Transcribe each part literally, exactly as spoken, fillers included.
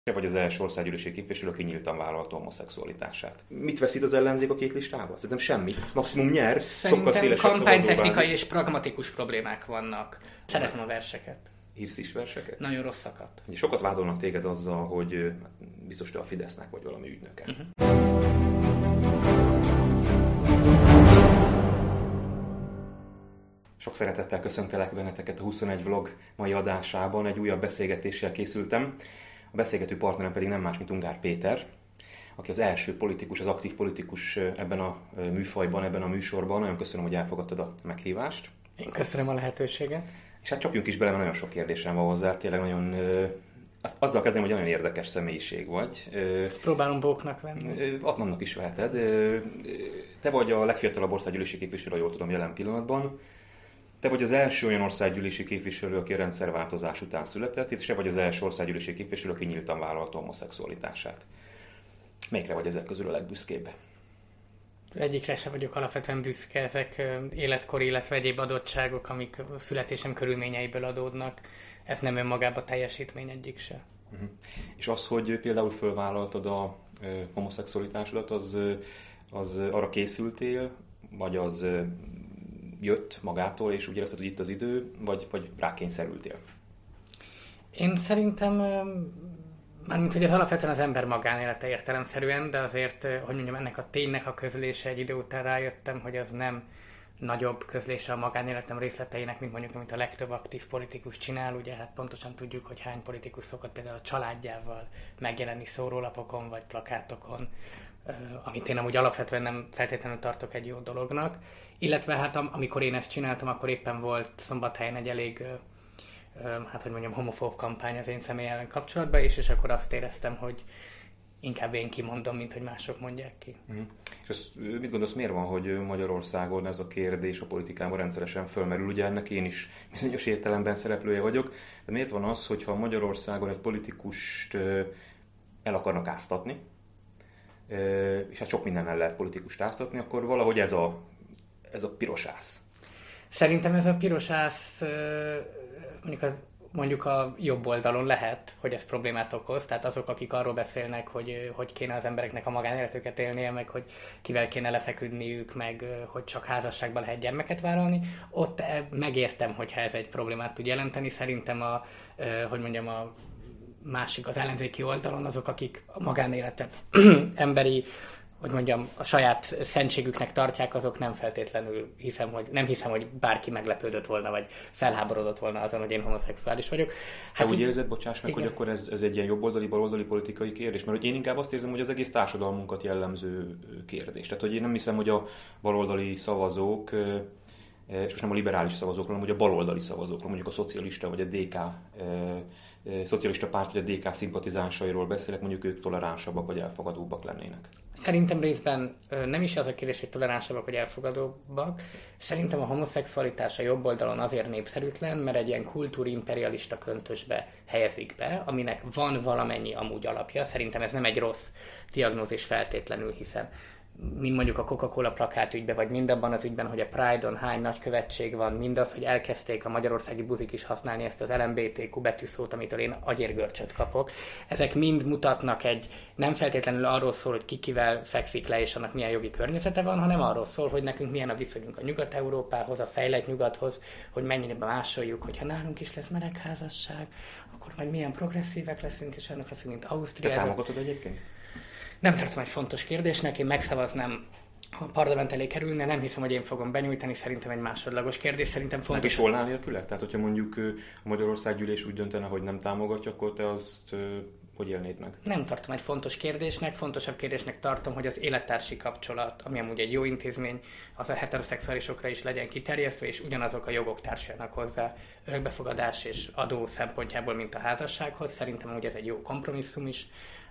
Se vagy az első országgyűlési képviselő, aki nyíltan vállalta homoszexualitását. Mit veszít az ellenzék a két listával? Szerintem semmit. Maximum nyer, sokkal szélesebb kampánytechnikai és pragmatikus problémák vannak. Szeretem a verseket. Írsz is verseket? Nagyon rosszakat. Sokat vádolnak téged azzal, hogy biztos te a Fidesznek vagy valami ügynöke. Uh-huh. Sok szeretettel köszöntelek benneteket a huszonegy vlog mai adásában. Egy újabb beszélgetéssel készültem. A beszélgető partnerem pedig nem más, mint Ungár Péter, aki az első politikus, az aktív politikus ebben a műfajban, ebben a műsorban. Nagyon köszönöm, hogy elfogadtad a meghívást. Én köszönöm a lehetőséget. És hát csapjunk is bele, mert nagyon sok kérdésem van hozzá. Tényleg nagyon... Azzal kezdem, hogy nagyon érdekes személyiség vagy. Ezt próbálom bóknak venni. Annak is veheted. Te vagy a legfiatalabb országgyűlési képviselő, jól tudom, jelen pillanatban. Te vagy az első olyan országgyűlési képviselő, aki a rendszerváltozás után született, és se vagy az első országgyűlési képviselő, aki nyíltan vállalta homoszexualitását. Melyikre vagy ezek közül a legbüszkébb? Egyikre se vagyok alapvetően büszke, ezek életkor, illetve egyéb adottságok, amik a születésem körülményeiből adódnak. Ez nem önmagában teljesítmény egyik se. Uh-huh. És az, hogy például fölvállaltad a homoszexualitásodat, az, az arra készültél, vagy az jött magától, és úgy érezted, hogy itt az idő, vagy, vagy rákényszerültél? Én szerintem, mármint hogy ez alapvetően az ember magánélete értelemszerűen, de azért, hogy mondjam, ennek a ténynek a közlése egy idő után rájöttem, hogy az nem nagyobb közlése a magánéletem részleteinek, mint mondjuk, amit a legtöbb aktív politikus csinál. Ugye hát pontosan tudjuk, hogy hány politikus szokott például a családjával megjelenni szórólapokon vagy plakátokon, amit én amúgy alapvetően nem feltétlenül tartok egy jó dolognak. Illetve hát amikor én ezt csináltam, akkor éppen volt Szombathelyen egy elég, hát hogy mondjam, homofób kampány az én személyemmel kapcsolatban, és, és akkor azt éreztem, hogy inkább én kimondom, mint hogy mások mondják ki. Uh-huh. És azt, mit gondolsz, miért van, hogy Magyarországon ez a kérdés a politikában rendszeresen fölmerül? Ugye ennek én is bizonyos értelemben szereplője vagyok, de miért van az, hogyha Magyarországon egy politikust el akarnak áztatni, és hát sok mindennel lehet politikust áztatni, akkor valahogy ez a, ez a piros ász. Szerintem ez a piros ász mondjuk, az, mondjuk a jobb oldalon lehet, hogy ez problémát okoz. Tehát azok, akik arról beszélnek, hogy hogy kéne az embereknek a magánéletüket élnie, meg hogy kivel kéne lefeküdniük, meg hogy csak házasságban lehet gyermeket vállalni, ott megértem, hogyha ez egy problémát tud jelenteni. Szerintem a, hogy mondjam, a másik, az ellenzéki oldalon azok, akik a magánéletet emberi, hogy mondjam, a saját szentségüknek tartják, azok nem feltétlenül hiszem, hogy nem hiszem, hogy bárki meglepődött volna, vagy felháborodott volna azon, hogy én homoszexuális vagyok. Hát te úgy érzed, bocsáss meg, igen, hogy akkor ez, ez egy ilyen jobboldali, baloldali politikai kérdés? Mert én inkább azt érzem, hogy az egész társadalmunkat jellemző kérdés. Tehát, hogy én nem hiszem, hogy a baloldali szavazók, és most nem a liberális szavazókról, hanem hogy a baloldali szavazókról, mondjuk a szocialista vagy a dé ká szocialista párt vagy a dé ká szimpatizánsairól beszélek, mondjuk ők toleránsabbak vagy elfogadóbbak lennének. Szerintem részben nem is az a kérdés, hogy toleránsabbak vagy elfogadóbbak. Szerintem a homoszexualitás a jobb oldalon azért népszerűtlen, mert egy ilyen kultúrimperialista köntösbe helyezik be, aminek van valamennyi amúgy alapja. Szerintem ez nem egy rossz diagnózis feltétlenül, hiszen mint mondjuk a Coca-Cola plakátügyben, vagy mindabban az ügyben, hogy a Pride-on hány nagykövetség van, mindaz, hogy elkezdték a magyarországi buzik is használni ezt az el em bé té kú betűszót, amitől én agyérgörcsöt kapok. Ezek mind mutatnak egy, nem feltétlenül arról szól, hogy ki kivel fekszik le, és annak milyen jogi környezete van, hanem arról szól, hogy nekünk milyen a viszonyunk a Nyugat-Európához, a fejlett nyugathoz, hogy mennyire másoljuk, hogyha nálunk is lesz melegházasság, akkor majd milyen progresszívek leszünk, és annak leszünk, mint Ausztria. Te támogatod egyébként? Nem tartom egy fontos kérdésnek, én megszavaznám, ha a parlament elé kerülne, nem hiszem, hogy én fogom benyújtani, szerintem egy másodlagos kérdés, szerintem fontos. Meg is volnál nélküle? Tehát, hogyha mondjuk a Magyarországgyűlés úgy döntene, hogy nem támogatja, akkor te azt hogy élnéd meg? Nem tartom egy fontos kérdésnek, fontosabb kérdésnek tartom, hogy az élettársi kapcsolat, ami amúgy egy jó intézmény, az a heteroszexuálisokra is legyen kiterjesztve, és ugyanazok a jogok társuljanak hozzá örökbefogadás és adó szempontjából, mint a házassághoz. Szerintem amúgy ez egy jó kompromisszum is.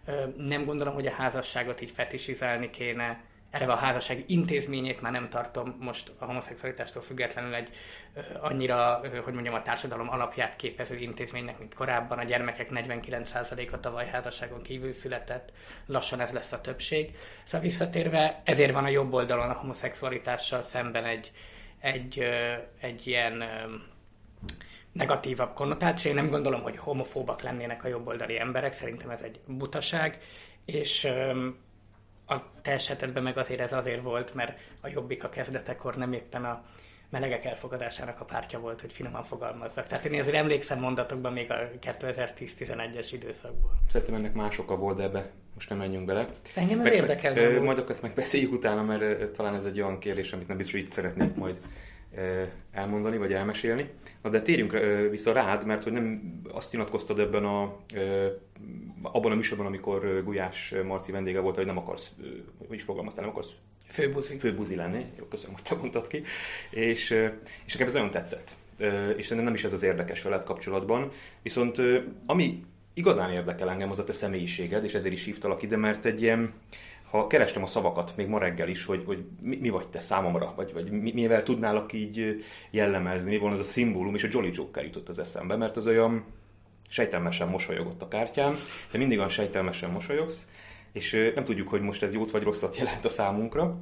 Nem gondolom, hogy a házasságot így fetisizálni kéne. Erre a házasság intézményét már nem tartom most a homoszexualitástól függetlenül egy annyira, hogy mondjam, a társadalom alapját képező intézménynek, mint korábban. A gyermekek negyvenkilenc százaléka tavaly házasságon kívül született, lassan ez lesz a többség. Szóval visszatérve, ezért van a jobb oldalon a homoszexualitással szemben egy, egy, egy ilyen negatívabb konnotáció. Én nem gondolom, hogy homofóbak lennének a jobboldali emberek, szerintem ez egy butaság, és a te esetedben meg azért ez azért volt, mert a Jobbik a kezdetekor nem éppen a melegek elfogadásának a pártja volt, hogy finoman fogalmazzak. Tehát én azért emlékszem mondatokban még a kétezer-tíz-tizenegyes időszakból. Szerintem ennek más oka volt, de ebbe most nem menjünk bele. Engem ez meg, érdekel. Meg, ö, majd akkor ezt megbeszéljük utána, mert ö, talán ez egy olyan kérdés, amit nem biztos, hogy itt szeretnék majd ö, elmondani, vagy elmesélni. Na de térjünk ö, vissza rád, mert hogy nem azt nyilatkoztad ebben a, ö, abban a műsorban, amikor Gulyás Marci vendége volt, hogy nem akarsz, ö, hogy is fogalmaztál, nem akarsz Főbuzi. Főbuzi lenni. Jó, köszönöm, hogy te mondtad ki. És, és nekem ez nagyon tetszett. És szerintem nem is ez az érdekes veled kapcsolatban. Viszont ami igazán érdekel engem, az a te személyiséged, és ezért is hívtalak ide, mert egy ilyen, ha kerestem a szavakat még ma reggel is, hogy, hogy mi, mi vagy te számomra, vagy, vagy mi, mivel tudnálak így jellemezni, mi van az a szimbólum, és a Jolly Joker jutott az eszembe, mert az olyan sejtelmesen mosolyogott a kártyán, de mindig olyan sejtelmesen mosolyogsz, és nem tudjuk, hogy most ez jót vagy rosszat jelent a számunkra.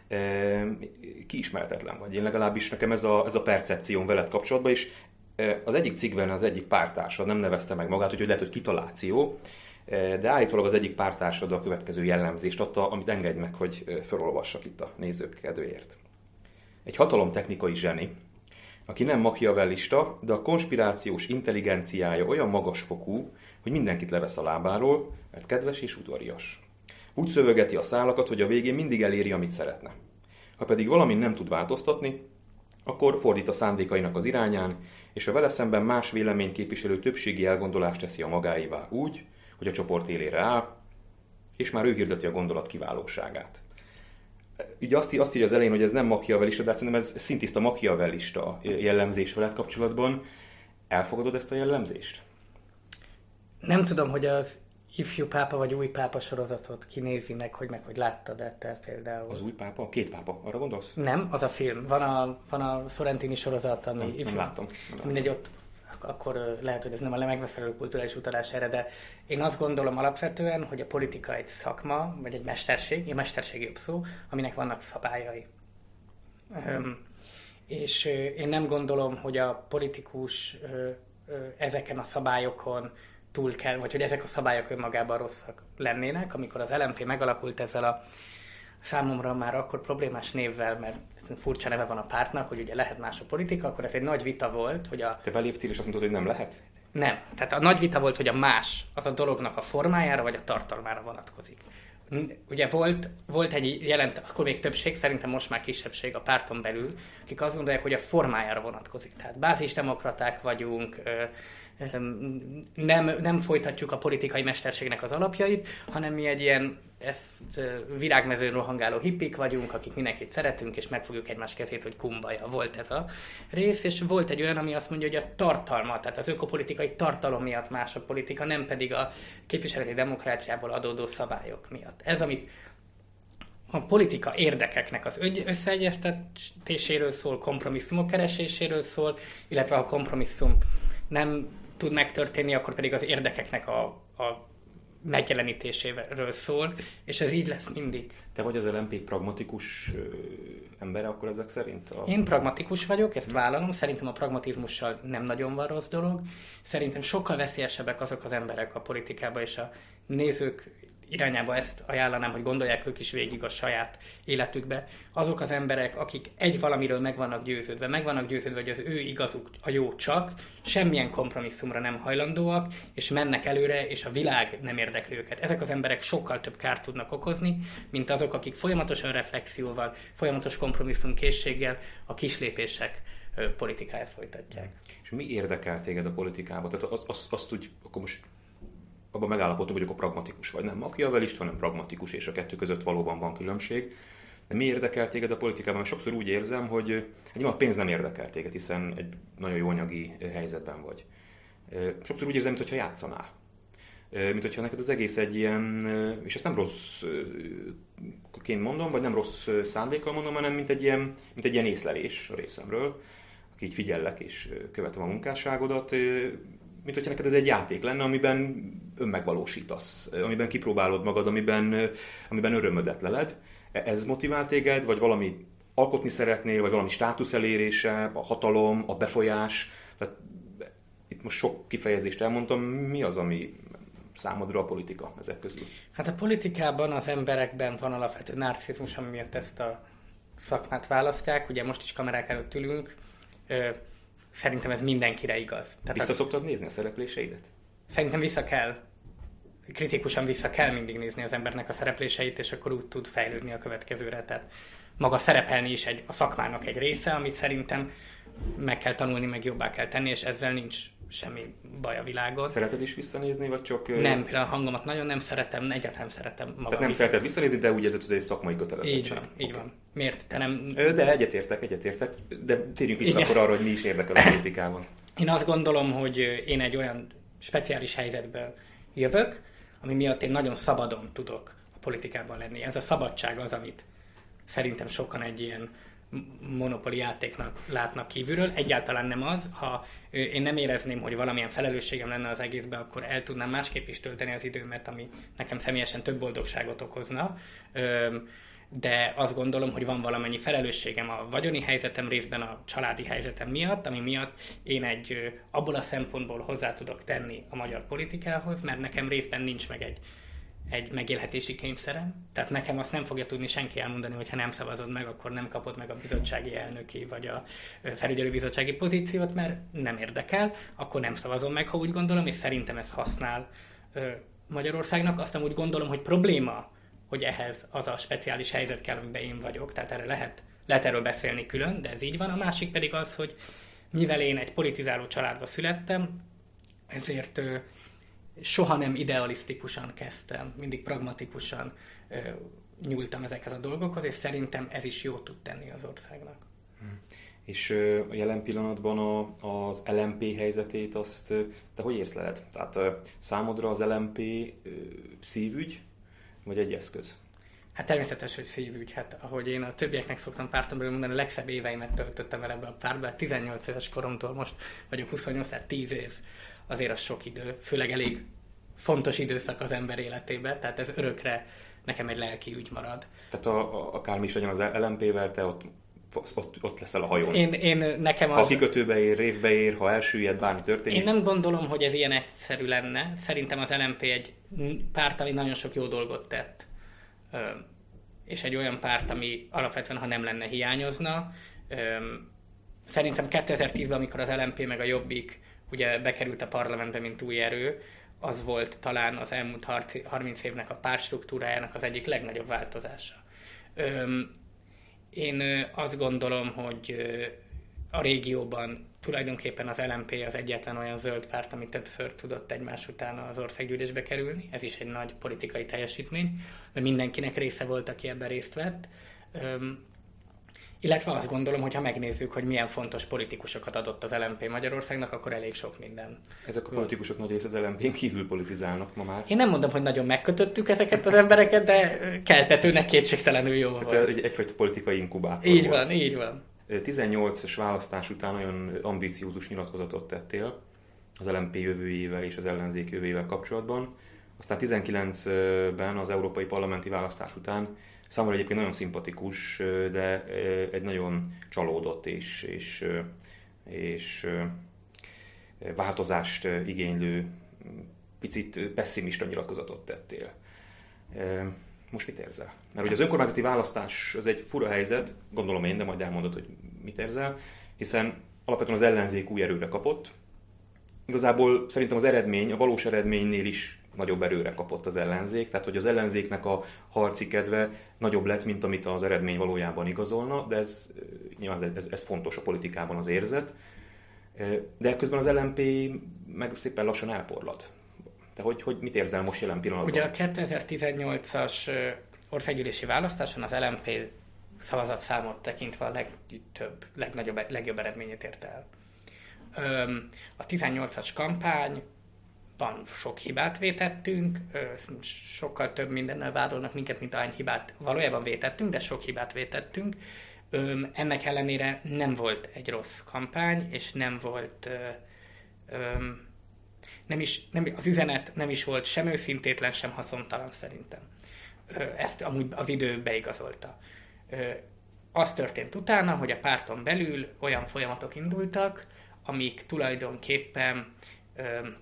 Kiismeretetlen vagy. Én legalábbis nekem ez a, ez a percepcióm veled kapcsolatban, és az egyik cikkben az egyik pártársad nem nevezte meg magát, úgyhogy lehet, hogy kitaláció, de állítólag az egyik pártársad a következő jellemzést adta, amit engedj meg, hogy felolvassak itt a nézők kedvéért. Egy hatalomtechnikai zseni, aki nem machiavellista, de a konspirációs intelligenciája olyan magasfokú, hogy mindenkit levesz a lábáról, mert kedves és udvarias. Úgy szövegeti a szálakat, hogy a végén mindig eléri, amit szeretne. Ha pedig valamin nem tud változtatni, akkor fordít a szándékainak az irányán, és a vele szemben más véleményt képviselő többségi elgondolást teszi a magáévá úgy, hogy a csoport élére áll, és már ő hirdeti a gondolat kiválóságát. Ugye azt, azt írja az elején, hogy ez nem machiavellista, de hát szerintem ez szintiszta machiavellista jellemzés veled kapcsolatban. Elfogadod ezt a jellemzést? Nem tudom, hogy az Ifjú pápa vagy új pápa sorozatot kinézi meg, hogy meg hogy láttad-e te például. Az új pápa? Két pápa, arra gondolsz? Nem, az a film. Van a, van a Sorrentini sorozat, ami... Nem, ifjú, nem láttam. Nem mindegy, ott akkor lehet, hogy ez nem a megfelelő kulturális utalás erre, de én azt gondolom alapvetően, hogy a politika egy szakma, vagy egy mesterség, egy mesterség jobb szó, aminek vannak szabályai. Öm, és én nem gondolom, hogy a politikus ö, ö, ezeken a szabályokon túl kell, vagy hogy ezek a szabályok önmagában rosszak lennének. Amikor az el em pé megalapult ezzel a számomra már akkor problémás névvel, mert furcsa neve van a pártnak, hogy ugye lehet más a politika, akkor ez egy nagy vita volt, hogy a... Te beléptél és azt mondtad, hogy nem lehet? Nem. Tehát a nagy vita volt, hogy a más az a dolognak a formájára vagy a tartalmára vonatkozik. Ugye volt, volt egy jelent, akkor még többség, szerintem most már kisebbség a párton belül, akik azt gondolják, hogy a formájára vonatkozik. Tehát bázisdemokraták vagyunk, nem, nem folytatjuk a politikai mesterségnek az alapjait, hanem mi egy ilyen ezt virágmezőn rohangáló hippik vagyunk, akik mindenkit szeretünk, és megfogjuk egymás kezét, hogy kumbaja. Volt ez a rész, és volt egy olyan, ami azt mondja, hogy a tartalma, tehát az ökopolitikai tartalom miatt más a politika, nem pedig a képviseleti demokráciából adódó szabályok miatt. Ez, amit a politika érdekeknek az összeegyeztetéséről szól, kompromisszumok kereséséről szól, illetve ha a kompromisszum nem tud megtörténni, akkor pedig az érdekeknek a, a megjelenítéséről szól, és ez így lesz mindig. Te vagy az el em pé pragmatikus embere akkor ezek szerint? A... Én pragmatikus vagyok, ezt vállalom, szerintem a pragmatizmussal nem nagyon van rossz dolog. Szerintem sokkal veszélyesebbek azok az emberek a politikában, és a nézők irányába ezt ajánlanám, hogy gondolják ők is végig a saját életükbe. Azok az emberek, akik egy valamiről meg vannak győződve, meg vannak győződve, hogy az ő igazuk a jó csak, semmilyen kompromisszumra nem hajlandóak, és mennek előre, és a világ nem érdekli őket. Ezek az emberek sokkal több kárt tudnak okozni, mint azok, akik folyamatosan reflexióval, folyamatos kompromisszumkészséggel a kislépések politikáját folytatják. És mi érdekel téged a politikában? Tehát azt, azt, azt úgy, akkor most abban megállapodtunk, hogy akkor pragmatikus vagy. Nem machiavellista, hanem pragmatikus, és a kettő között valóban van különbség. De mi érdekel téged a politikában? Mert sokszor úgy érzem, hogy nyilván a pénz nem érdekel téged, hiszen egy nagyon jó anyagi helyzetben vagy. Sokszor úgy érzem, mintha játszanál. Mint hogyha neked az egész egy ilyen, és ezt nem rosszként mondom, vagy nem rossz szándékkal mondom, hanem mint egy ilyen, mint egy ilyen észlelés a részemről, aki így figyellek és követem a munkásságodat, mint hogyha neked ez egy játék lenne, amiben önmegvalósítasz, amiben kipróbálod magad, amiben, amiben örömödet leled. Ez motivál téged, vagy valami alkotni szeretnél, vagy valami státusz elérése, a hatalom, a befolyás. Tehát itt most sok kifejezést elmondtam, mi az, ami számodra a politika ezek közül? Hát a politikában az emberekben van alapvető narcizmus, ami miatt ezt a szakmát választják. Ugye most is kamerák előtt ülünk. Szerintem ez mindenkire igaz. Tehát vissza szoktad nézni a szerepléseidet? Szerintem vissza kell. Kritikusan vissza kell mindig nézni az embernek a szerepléseit, és akkor úgy tud fejlődni a következőre. Tehát maga szerepelni is egy, a szakmának egy része, amit szerintem meg kell tanulni, meg jobbá kell tenni, és ezzel nincs semmi baj a világon. Szereted is visszanézni, vagy csak... Nem, például a hangomat nagyon nem szeretem, egyáltalán szeretem magam. Tehát nem vissza... szereted visszanézni, de úgy érzed, hogy ez egy szakmai kötelezettség. Így van, okay. Így van. Miért? Te nem... De egyetértek, egyetértek, de térjünk vissza akkor arra, hogy mi is érdekel a politikában. Én azt gondolom, hogy én egy olyan speciális helyzetből jövök, ami miatt én nagyon szabadon tudok a politikában lenni. Ez a szabadság az, amit szerintem sokan egy ilyen monopoli játéknak látnak kívülről. Egyáltalán nem az. Ha én nem érezném, hogy valamilyen felelősségem lenne az egészben, akkor el tudnám másképp is tölteni az időmet, ami nekem személyesen több boldogságot okozna. De azt gondolom, hogy van valamennyi felelősségem a vagyoni helyzetem, részben a családi helyzetem miatt, ami miatt én egy abból a szempontból hozzá tudok tenni a magyar politikához, mert nekem részben nincs meg egy egy megélhetési kényszerem. Tehát nekem azt nem fogja tudni senki elmondani, hogy ha nem szavazod meg, akkor nem kapod meg a bizottsági elnöki vagy a felügyelőbizottsági pozíciót, mert nem érdekel, akkor nem szavazom meg, ha úgy gondolom, és szerintem ez használ Magyarországnak. Azt úgy gondolom, hogy probléma, hogy ehhez az a speciális helyzet kell, amiben én vagyok. Tehát erre lehet, lehet erről beszélni külön, de ez így van. A másik pedig az, hogy mivel én egy politizáló családba születtem, ezért soha nem idealisztikusan kezdtem, mindig pragmatikusan ö, nyúltam ezekhez a dolgokhoz, és szerintem ez is jót tud tenni az országnak. Hmm. És ö, a jelen pillanatban a, az el em pé helyzetét, azt ö, te hogy érzleled? Tehát ö, számodra az el em pé ö, szívügy, vagy egy eszköz? Hát természetes, hogy szívügy. Hát ahogy én a többieknek szoktam párton belül mondani, a legszebb éveimet töltöttem el ebbe a párba. tizennyolc éves koromtól most vagyok huszonnyolc, tehát tíz év. Azért az sok idő, főleg elég fontos időszak az ember életében, tehát ez örökre nekem egy lelki ügy marad. Tehát a, a, akármi is legyen az el em pével, te ott, ott, ott leszel a hajón. Én, én, nekem az... Ha kikötőbe ér, révbe ér, ha elsüllyed, bármi történik. Én nem gondolom, hogy ez ilyen egyszerű lenne. Szerintem az el em pé egy párt, ami nagyon sok jó dolgot tett. És egy olyan párt, ami alapvetően, ha nem lenne, hiányozna. Szerintem kétezer-tízben, amikor az el em pé meg a Jobbik ugye bekerült a parlamentbe, mint új erő, az volt talán az elmúlt harminc évnek a pártstruktúrájának az egyik legnagyobb változása. Én azt gondolom, hogy a régióban tulajdonképpen az el em pé az egyetlen olyan zöld párt, ami többször tudott egymás után az országgyűlésbe kerülni. Ez is egy nagy politikai teljesítmény, de mindenkinek része volt, aki ebben részt vett. Illetve azt gondolom, hogy ha megnézzük, hogy milyen fontos politikusokat adott az el em pé Magyarországnak, akkor elég sok minden. Ezek a politikusok nagy része az el em pén kívül politizálnak ma már. Én nem mondom, hogy nagyon megkötöttük ezeket az embereket, de keltetőnek kétségtelenül jó volt. Egy, egyfajta politikai inkubátor Így volt. van, így van. tizennyolcas választás után olyan ambiciózus nyilatkozatot tettél az el em pé jövőjével és az ellenzék jövőjével kapcsolatban. Aztán tizenkilencben az európai parlamenti választás után számomra egyébként nagyon szimpatikus, de egy nagyon csalódott és, és, és változást igénylő, picit pessimista nyilatkozatot tettél. Most mit érzel? Mert ugye az önkormányzati választás az egy fura helyzet, gondolom én, de majd elmondod, hogy mit érzel, hiszen alapvetően az ellenzék új erőre kapott. Igazából szerintem az eredmény, a valós eredménynél is nagyobb erőre kapott az ellenzék, tehát hogy az ellenzéknek a harci kedve nagyobb lett, mint amit az eredmény valójában igazolna, de ez, nyilván ez, ez fontos a politikában az érzet. De közben az el em pé meg szépen lassan elporlad. De hogy, hogy mit érzel most jelen pillanatban? Ugye a kétezer-tizennyolcas országgyűlési választáson az el em pé szavazatszámot tekintve a legtöbb, legnagyobb, legjobb eredményét érte el. A tizennyolcas kampányban sok hibát vétettünk, sokkal több mindennel vádolnak minket, mint ahány hibát valójában vétettünk, de sok hibát vétettünk. Ennek ellenére nem volt egy rossz kampány, és nem volt... Nem is, nem, az üzenet nem is volt sem őszintétlen, sem haszontalan szerintem. Ezt amúgy az idő beigazolta. Az történt utána, hogy a párton belül olyan folyamatok indultak, amik tulajdonképpen ö,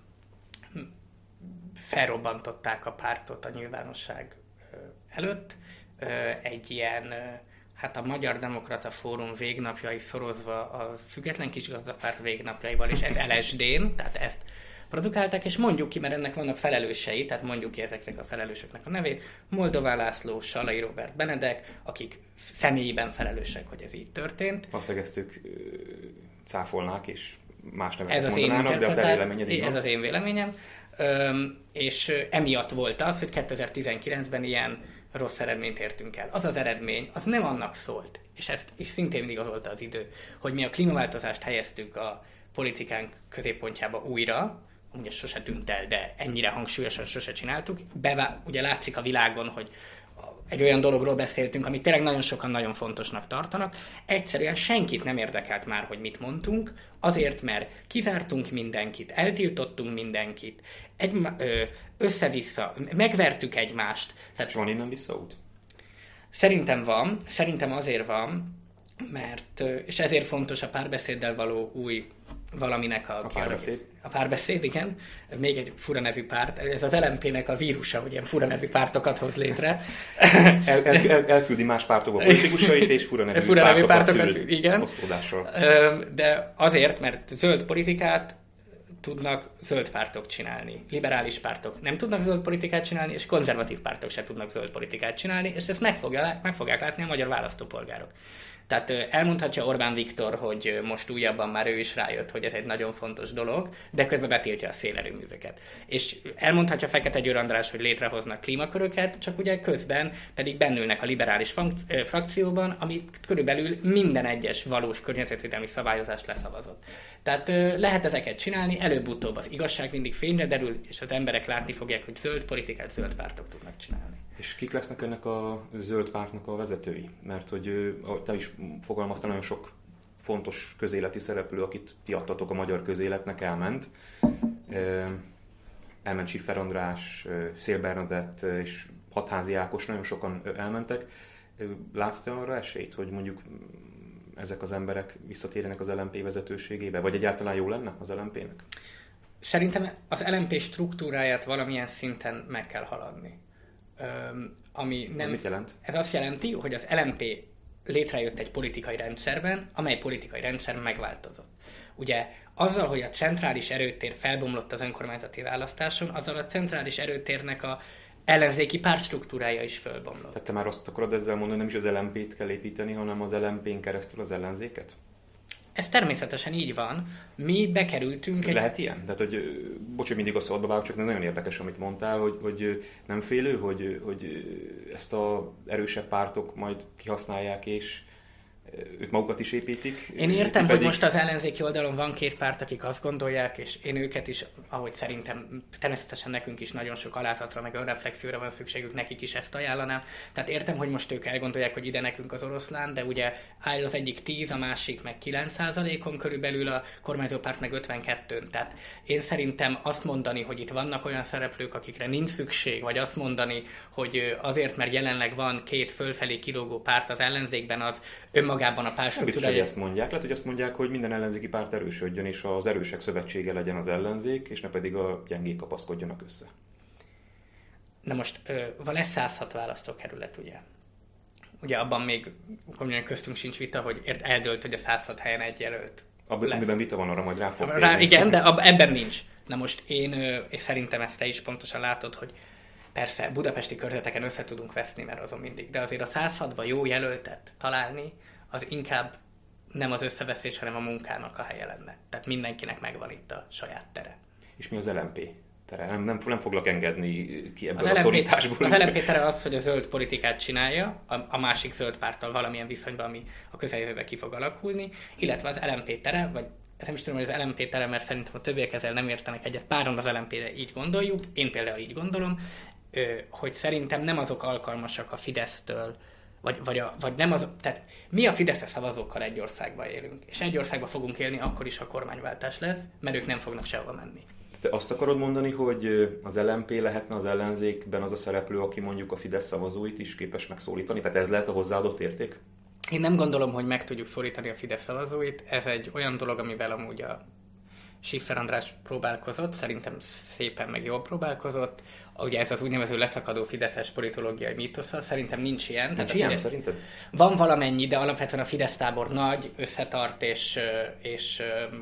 felrobbantották a pártot a nyilvánosság előtt. Ö, egy ilyen, ö, hát a Magyar Demokrata Fórum végnapjai szorozva a Független Kisgazdapárt végnapjaival, és ez el es dén, tehát ezt produkálták, és mondjuk ki, mert ennek vannak felelősei, tehát mondjuk ki ezeknek a felelősöknek a nevét, Moldová László, Sallai Róbert Benedek, akik személyében felelősek, hogy ez így történt. Valószínűleg ezt ők cáfolnák, és más nevet ez mondanának, de a te véleményed így van. Ez az én véleményem. Üm, és emiatt volt az, hogy kétezer-tizenkilencben ilyen rossz eredményt értünk el. Az az eredmény, az nem annak szólt, és ezt is szintén igazolta az idő, hogy mi a klímaváltozást helyeztük a politikánk középpontjába újra, ugye sose tűnt el, de ennyire hangsúlyosan sose csináltuk. Bevá- ugye látszik a világon, hogy egy olyan dologról beszéltünk, amit tényleg nagyon sokan nagyon fontosnak tartanak. Egyszerűen senkit nem érdekelt már, hogy mit mondtunk, azért, mert kizártunk mindenkit, eltiltottunk mindenkit, egy, ö, össze-vissza, megvertük egymást. Tehát van innen visszaút? Szerintem van, szerintem azért van, mert, és ezért fontos a párbeszéddel való új valaminek a... A párbeszéd? A párbeszéd, igen. Még egy fura nevű párt. Ez az el em pé-nek a vírusa, hogy ilyen fura nevű pártokat hoz létre. El, el, el, elküldi más pártokba politikusait, és fura nevű fura pártokat, pártokat szül, igen. osztódással. De azért, mert zöld politikát tudnak zöld pártok csinálni. Liberális pártok nem tudnak zöld politikát csinálni, és konzervatív pártok sem tudnak zöld politikát csinálni, és ezt meg, fogja, meg fogják látni a magyar választópolgárok. Tehát elmondhatja Orbán Viktor, hogy most újabban már ő is rájött, hogy ez egy nagyon fontos dolog, de közben betiltja a szélerőműveket. És elmondhatja Fekete Győr András, hogy létrehoznak klímaköröket, csak ugye közben pedig bennülnek a liberális frakcióban, amit körülbelül minden egyes valós környezetvédelmi szabályozást leszavazott. Tehát lehet ezeket csinálni, előbb-utóbb az igazság mindig fényre derül, és az emberek látni fogják, hogy zöld politikát zöld pártok tudnak csinálni. És kik lesznek ennek a zöld pártnak a vezetői? Mert hogy te is fogalmaztál, nagyon sok fontos közéleti szereplő, akit ti adtatok a magyar közéletnek, elment. Elment Schiffer András, Szél Bernadett és Hatházi Ákos, nagyon sokan elmentek. Látsz te arra esélyt, hogy mondjuk ezek az emberek visszatérjenek az el em pé vezetőségébe? Vagy egyáltalán jó lenne az el em pének? Szerintem az el em pé struktúráját valamilyen szinten meg kell haladni. Öm, ami nem, ez mit jelent? Ez azt jelenti, hogy az el em pé létrejött egy politikai rendszerben, amely politikai rendszer megváltozott. Ugye azzal, hogy a centrális erőtér felbomlott az önkormányzati választáson, azzal a centrális erőtérnek a ellenzéki pártstruktúrája is fölbomlott. Tehát te már azt akarod ezzel mondani, nem is az el em pét kell építeni, hanem az el em pén keresztül az ellenzéket? Ez természetesen így van. Mi bekerültünk... Lehet egy... ilyen? Tehát, hogy, bocs, hogy mindig a szódba vágok, csak nagyon érdekes, amit mondtál, hogy, hogy nem félő, hogy, hogy ezt az erősebb pártok majd kihasználják, és ők magukat is építik. Én értem, pedig... hogy most az ellenzéki oldalon van két párt, akik azt gondolják, és én őket is, ahogy szerintem természetesen nekünk is nagyon sok alázatra, meg önreflexióra van szükségük, nekik is ezt ajánlanám. Tehát értem, hogy most ők elgondolják, hogy ide nekünk az oroszlán, de ugye áll az egyik tíz, a másik meg kilenc százalékon körülbelül, a kormányzó párt meg ötvenkettőn. Tehát én szerintem azt mondani, hogy itt vannak olyan szereplők, akikre nincs szükség, vagy azt mondani, hogy azért, mert jelenleg van két fölfelé kilógó párt az ellenzékben, az önmagában a pártstruktúra. Hogy ezt mondják, lehet, hogy azt mondják, hogy minden ellenzéki párt erősödjön, és az erősek szövetsége legyen az ellenzék, és ne pedig a gyengék kapaszkodjanak össze. Na most van ez száz hat választókerület, ugye? Ugye abban még komolyan köztünk sincs vita, hogy ért eldőlt, hogy a száz hat helyen egy jelölt Abban, amiben vita van, arra majd rá fog rá, igen, de ab, ebben nincs. Na most én, és szerintem ezt te is pontosan látod, hogy persze budapesti körzeteken össze tudunk veszni, mert azon mindig, de azért a száz hatban jó jelöltet találni, az inkább nem az összeveszés, hanem a munkának a helye lenne. Tehát mindenkinek megvan itt a saját tere. És mi az el em pé tere? Nem, nem, nem foglak engedni ki ebből az a szorításból. Az el em pé tere az, hogy a zöld politikát csinálja, a, a másik zöld párttal valamilyen viszonyban, ami a közeljövőben ki fog alakulni, illetve az el em pé tere, vagy nem is tudom, hogy az el em pé tere, mert szerintem a többiek ezzel nem értenek egyet. Páron az el em pére így gondoljuk, én például így gondolom, hogy szerintem nem azok alkalmasak a Fidesztől, Vagy, vagy, a, vagy nem az, tehát mi a fideszes szavazókkal egy országban élünk, és egy országban fogunk élni akkor is, ha kormányváltás lesz, mert ők nem fognak sehova menni. Te azt akarod mondani, hogy az el em pé lehetne az ellenzékben az a szereplő, aki mondjuk a Fidesz szavazóit is képes megszólítani? Tehát ez lehet a hozzáadott érték? Én nem gondolom, hogy meg tudjuk szólítani a Fidesz szavazóit. Ez egy olyan dolog, amivel amúgy a Schiffer András próbálkozott, szerintem szépen meg jól próbálkozott. Ugye ez az úgynevező leszakadó fideszes politológiai mítosza, szerintem nincs ilyen. Nincs ilyen, Fidesz... szerinted? Van valamennyi, de alapvetően a Fidesz tábor nagy, összetart, és, és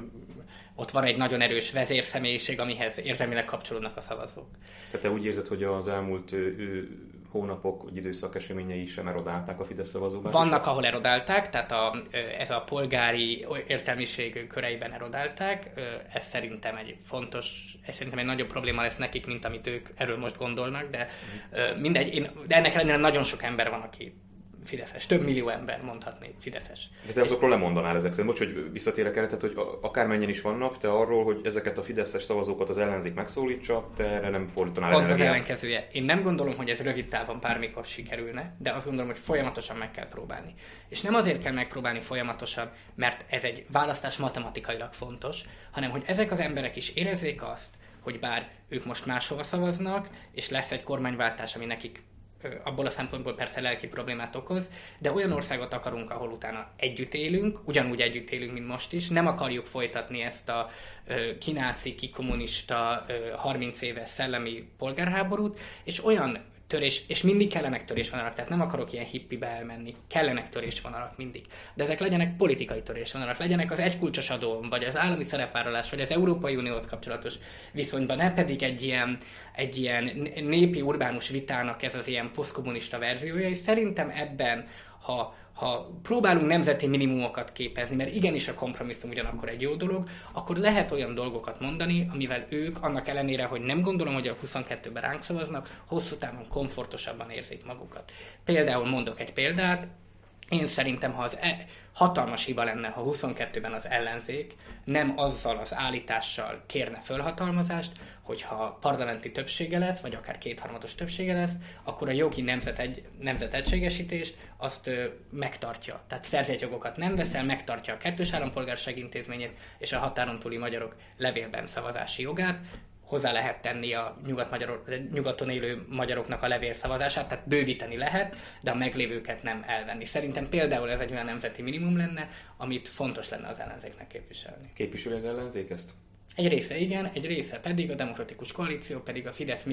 ott van egy nagyon erős vezérszemélyiség, amihez érzelmileg kapcsolódnak a szavazók. Tehát te úgy érzed, hogy az elmúlt ő, hónapok, vagy időszak eseményei sem erodálták a Fidesz szavazóbázisát? Vannak, ahol erodálták, tehát a, ez a polgári értelmiség köreiben erodálták. Ez szerintem egy fontos, ez szerintem egy nagyobb probléma lesz nekik, mint amit ők erről most gondolnak, de mm. mindegy, én, de ennek ellenére nagyon sok ember van, aki fideszes. Több millió ember mondhatni fideszes. De te azokról lemondanál ezek szerint. Bocs, hogy visszatérek erre, tehát, hogy akármennyien is vannak, te arról, hogy ezeket a fideszes szavazókat az ellenzék megszólítsa, te erre nem fordítanál energiát. Pont az ellenkezője. Én nem gondolom, hogy ez rövid távon bármikor sikerülne, de azt gondolom, hogy folyamatosan meg kell próbálni. És nem azért kell megpróbálni folyamatosan, mert ez egy választás matematikailag fontos, hanem hogy ezek az emberek is érezzék azt, hogy bár ők most máshova szavaznak, és lesz egy kormányváltás, ami nekik abból a szempontból persze lelki problémát okoz, de olyan országot akarunk, ahol utána együtt élünk, ugyanúgy együtt élünk, mint most is. Nem akarjuk folytatni ezt a kináci, kikommunista, harminc éves szellemi polgárháborút, és olyan törés, és mindig kellenek törésvonalak, tehát nem akarok ilyen hippibe elmenni, kellenek törésvonalak mindig. De ezek legyenek politikai törésvonalak, legyenek az egykulcsos adó, vagy az állami szerepvállalás, vagy az Európai Unióhoz kapcsolatos viszonyban, ne pedig egy ilyen, egy ilyen népi urbánus vitának ez az ilyen posztkommunista verziója, és szerintem ebben, ha ha próbálunk nemzeti minimumokat képezni, mert igenis a kompromisszum ugyanakkor egy jó dolog, akkor lehet olyan dolgokat mondani, amivel ők, annak ellenére, hogy nem gondolom, hogy a huszonkettőben ránk szavaznak, hosszú távon komfortosabban érzik magukat. Például mondok egy példát, én szerintem, ha az e- hatalmas hiba lenne, ha huszonkettőben az ellenzék nem azzal az állítással kérne fölhatalmazást, hogyha parlamenti többsége lesz, vagy akár kétharmados többsége lesz, akkor a jogi nemzet egy, nemzetegységesítést azt ö, megtartja. Tehát szerződjogokat nem veszel, megtartja a kettős állampolgárság intézményét és a határon túli magyarok levélben szavazási jogát. Hozzá lehet tenni a nyugaton élő magyaroknak a levélszavazását, tehát bővíteni lehet, de a meglévőket nem elvenni. Szerintem például ez egy olyan nemzeti minimum lenne, amit fontos lenne az ellenzéknek képviselni. Képviseli az ellenzék ezt? Egy része igen, egy része pedig a Demokratikus Koalíció, pedig a Fidesz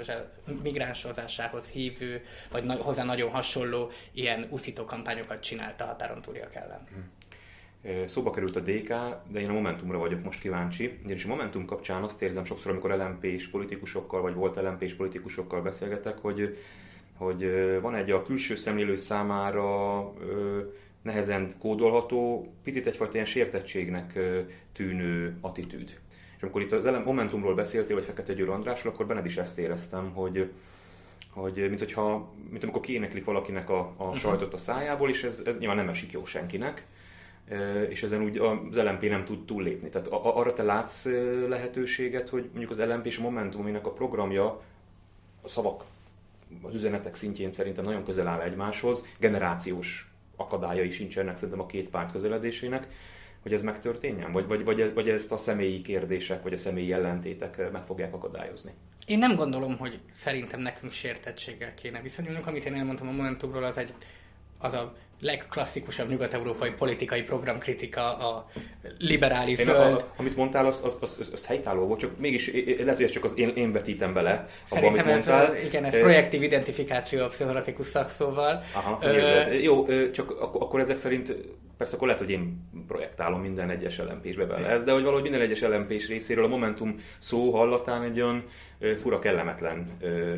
migránsozásához hívő, vagy na- hozzá nagyon hasonló ilyen uszító kampányokat csinálta a határon túliak ellen. Hmm. Szóba került a dé ká, de én a Momentumra vagyok most kíváncsi. És a Momentum kapcsán azt érzem sokszor, amikor el em pés politikusokkal, vagy volt el em pés politikusokkal beszélgetek, hogy, hogy van egy a külső szemlélő számára nehezen kódolható, picit egyfajta ilyen sértettségnek tűnő attitűd. És amikor itt az Momentumról beszéltél, vagy Fekete Győr Andrásról, akkor benned is ezt éreztem, hogy, hogy mint, hogyha, mint amikor kiéneklik valakinek a, a sajtot a szájából, és ez, ez nyilván nem esik jó senkinek, és ezen úgy az el em pé nem tud túllépni. Tehát arra te látsz lehetőséget, hogy mondjuk az el em pé és a Momentum, aminek a programja, a szavak, az üzenetek szintjén szerintem nagyon közel áll egymáshoz, generációs akadályai sincsenek szerintem a két párt közeledésének, hogy ez megtörténjen? Vagy, vagy, vagy, vagy ezt a személyi kérdések, vagy a személyi ellentétek meg fogják akadályozni? Én nem gondolom, hogy szerintem nekünk sértettséggel kéne viszonyulnunk. Amit én elmondtam a Momentumról, az egy az a legklasszikusabb nyugat-európai politikai programkritika, a liberális én zöld. A, amit mondtál, az, az, az, az helytálló volt, csak mégis lehet, hogy ez csak az én, én vetítem bele. Szerintem abba, ez, mondtál. Igen, ez projektív identifikáció a pszichoanalitikus szakszóval. Aha, uh, Jó, csak ak- akkor ezek szerint, persze akkor lehet, hogy én projektálom minden egyes el em pésbe bele ez, de hogy valahogy minden egyes el em pés részéről a Momentum szó hallatán egy olyan fura kellemetlen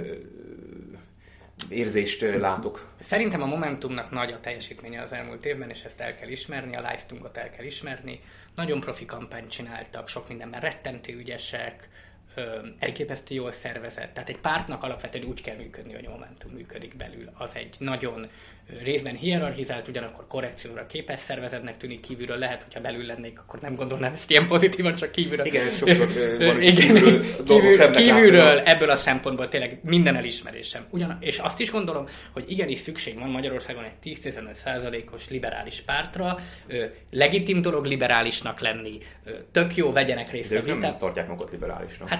érzést látok. Szerintem a Momentumnak nagy a teljesítménye az elmúlt évben, és ezt el kell ismerni, a Livestungot el kell ismerni. Nagyon profi kampányt csináltak, sok mindenben rettentő ügyesek, elképesztő jól szervezett. Tehát egy pártnak alapvetően úgy kell működni, hogy a Momentum működik belül. Az egy nagyon részben hierarchizált, ugyanakkor korrekcióra képes szervezetnek tűnik, kívülről lehet, hogyha belül lennék, akkor nem gondolnám ezt ilyen pozitívan, csak kívülről. Igen, ez sokszor van igen, kívülről, kívül, kívülről ebből a szempontból tényleg minden elismerésem. Ugyan, és azt is gondolom, hogy igenis szükség van Magyarországon egy tíz-tizenöt százalékos liberális pártra, legitim dolog liberálisnak lenni, tök jó, vegyenek részt de a vitán. nem tartják magukat liberálisnak. Hát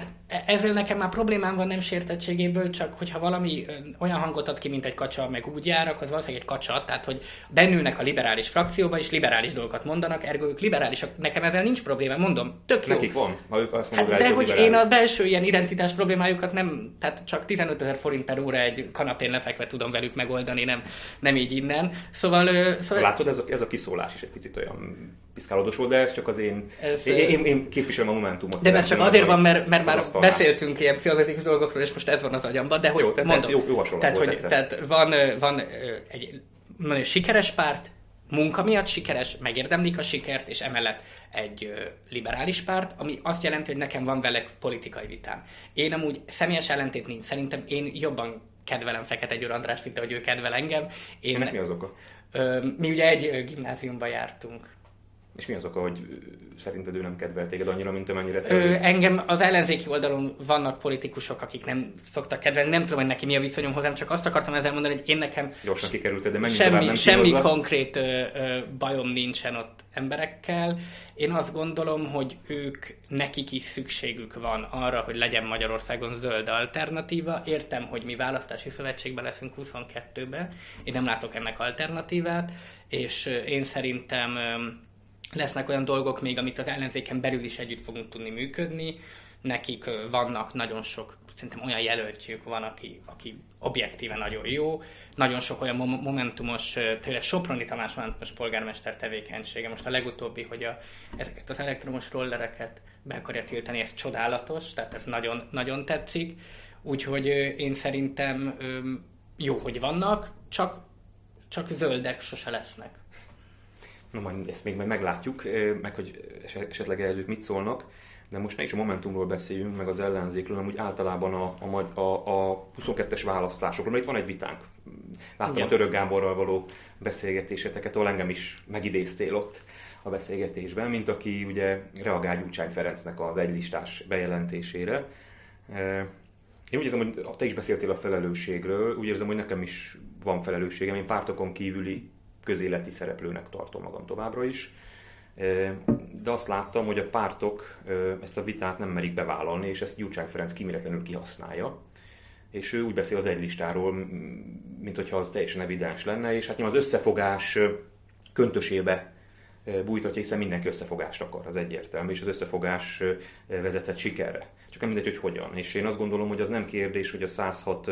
ezzel nekem már problémám van, nem sértettségéből, csak hogyha valami olyan hangot ad ki, mint egy kacsa, meg úgy jár, az valószínűleg egy kacsa, tehát hogy bennülnek a liberális frakcióba, és liberális dolgokat mondanak, ergo ők liberálisak. Nekem ezzel nincs probléma, mondom, tök jó. Nekik van, ha ők azt mondják, hát, de hogy én a belső ilyen identitás problémájukat nem, tehát csak tizenötezer forint per óra egy kanapén lefekve tudom velük megoldani, nem, nem így innen. Szóval... szóval... Látod, ez a, ez a kiszólás is egy picit olyan piszkálódós volt, de ez csak az én... Ez, én, én, én képviselem a Momentumot. De ez csak azért van, mert, mert már beszéltünk ilyen pszichologikus dolgokról, és most ez van az agyamban, de hogy jó, tehát mondom, jó, jó hasonló tehát, volt hogy, tehát van, van egy nagyon sikeres párt, munka miatt sikeres, megérdemlik a sikert, és emellett egy liberális párt, ami azt jelenti, hogy nekem van vele politikai vitám. Én amúgy személyes ellentét nincs. Szerintem én jobban kedvelem Fekete Győr Andrást, mint ahogy ő kedvel engem. Én, Ennek mi az oka? Mi ugye egy gimnáziumban jártunk. És mi az oka, hogy szerinted ő nem kedvel téged annyira, mint amennyire te? Ö, engem az ellenzéki oldalon vannak politikusok, akik nem szoktak kedvelni. Nem tudom, hogy neki mi a viszonyom hozzám, csak azt akartam ezzel mondani, hogy én nekem... Gyorsan kikerülted, de mennyi semmi, nem semmi konkrét ö, ö, bajom nincsen ott emberekkel. Én azt gondolom, hogy ők, nekik is szükségük van arra, hogy legyen Magyarországon zöld alternatíva. Értem, hogy mi választási szövetségben leszünk huszonkettőben. Én nem látok ennek alternatívát, és én szerintem... lesznek olyan dolgok még, amit az ellenzéken belül is együtt fogunk tudni működni. Nekik vannak nagyon sok, szerintem olyan jelöltjük van, aki, aki objektíven nagyon jó. Nagyon sok olyan momentumos, tőle Soproni Tamás momentumos polgármester tevékenysége. Most a legutóbbi, hogy a, ezeket az elektromos rollereket be akarja tiltani, ez csodálatos, tehát ez nagyon, nagyon tetszik. Úgyhogy én szerintem jó, hogy vannak, csak, csak zöldek sose lesznek. No, majd ezt még majd meglátjuk, meg hogy esetleg ehhez ők mit szólnak, de most ne is a Momentumról beszéljünk, meg az ellenzékről, hanem úgy általában a, a, a, a huszonkettes választásokról, mert itt van egy vitánk. Láttam igen. A Török Gáborral való beszélgetéseteket, ahol engem is megidéztél ott a beszélgetésben, mint aki ugye reagál Gyurcsány Ferencnek az egylistás bejelentésére. Én úgy érzem, hogy te is beszéltél a felelősségről, úgy érzem, hogy nekem is van felelősségem, én pártokon kívüli közéleti szereplőnek tartom magam továbbra is. De azt láttam, hogy a pártok ezt a vitát nem merik bevállalni, és ezt Gyurcsány Ferenc kíméletlenül kihasználja. És ő úgy beszél az egylistáról, mint hogyha az teljesen evidens lenne, és hát nyilván az összefogás köntösébe bújtatja, hiszen mindenki összefogást akar, az egyértelmű, és az összefogás vezethet sikerre. Csak nem mindegy, hogy hogyan. És én azt gondolom, hogy az nem kérdés, hogy a száz hat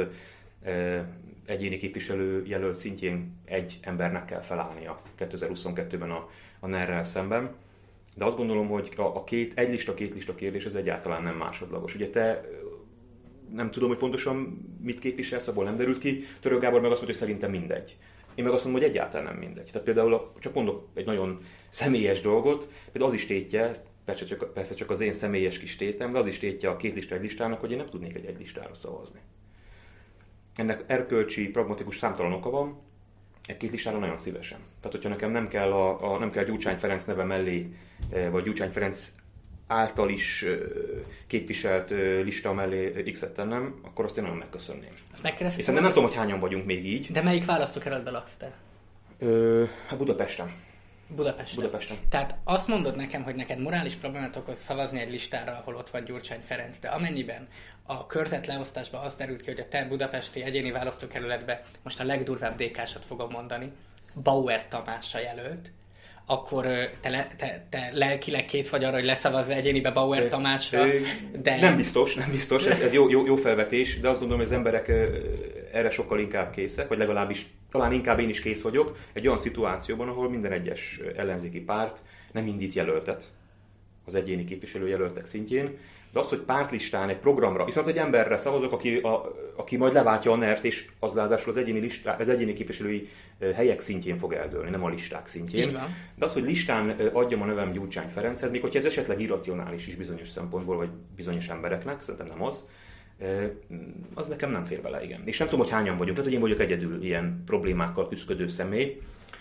egyéni képviselő jelölt szintjén egy embernek kell felállnia kétezer-huszonkettőben a, a NER-rel szemben. De azt gondolom, hogy a, a két, egy lista, két lista kérdés ez egyáltalán nem másodlagos. Ugye te nem tudom, hogy pontosan mit képviselsz, abból nem derült ki. Török Gábor meg azt mondja, hogy szerintem mindegy. Én meg azt mondom, hogy egyáltalán nem mindegy. Tehát például, csak mondok egy nagyon személyes dolgot, például az is tétje, persze csak, persze csak az én személyes kis tétem, de az is tétje a két lista egy listának, hogy én nem tudnék egy egy listára szavazni. Ennek erkölcsi, pragmatikus számtalan oka van, egy két listára nagyon szívesen. Tehát, hogyha nekem nem kell, a, a, nem kell Gyurcsány Ferenc neve mellé, vagy Gyurcsány Ferenc által is képviselt lista mellé X-et tennem, akkor azt én nagyon megköszönném. Hiszen nem, nem tudom, hogy hányan vagyunk még így. De melyik választókerületben laksz te? Ö, hát Budapesten. Budapesten. Budapesten. Tehát azt mondod nekem, hogy neked morális problémát okoz szavazni egy listára, ahol ott van Gyurcsány Ferenc, de amennyiben a körzetleosztásban az derült ki, hogy a te budapesti egyéni választókerületben, most a legdurvább dé ká-sat fogom mondani, Bauer Tamásra jelölt, akkor te, le, te, te lelkileg kész vagy arra, hogy leszavazz egyénibe Bauer Tamásra, de... Nem biztos, nem biztos, ez, ez jó, jó, jó felvetés, de azt gondolom, hogy az emberek erre sokkal inkább készek, vagy legalábbis talán inkább én is kész vagyok, egy olyan szituációban, ahol minden egyes ellenzéki párt nem indít jelöltet az egyéni képviselőjelöltek szintjén, de az, hogy pártlistán egy programra, viszont egy emberre szavazok, aki, a, aki majd leváltja a nert, és az ráadásul az egyéni, listá, az egyéni képviselői helyek szintjén fog eldőlni, nem a listák szintjén. De az, hogy listán adjam a nevem Gyurcsány Ferenchez, még hogyha ez esetleg irracionális is bizonyos szempontból, vagy bizonyos embereknek, szerintem nem az, az nekem nem fér bele, igen. És nem tudom, hogy hányan vagyunk, tehát hogy én vagyok egyedül ilyen problémákkal küzdködő személy,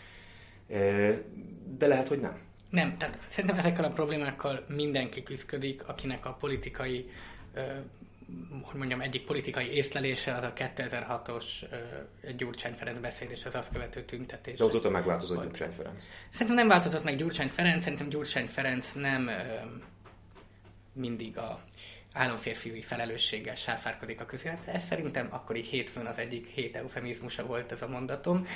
de lehet, hogy nem. Nem, tehát szerintem ezekkel a problémákkal mindenki küszködik, akinek a politikai, uh, hogy mondjam, egyik politikai észlelése az a kétezer-hatos uh, Gyurcsány Ferenc beszéd és az azt követő tüntetés. De azóta megváltozott Gyurcsány Ferenc. Szerintem nem változott meg Gyurcsány Ferenc, szerintem Gyurcsány Ferenc nem uh, mindig a, államférfiúi felelősséggel sáfárkodik a közélet. Ez szerintem akkor így hétfőn az egyik hét eufemizmusa volt ez a mondatom.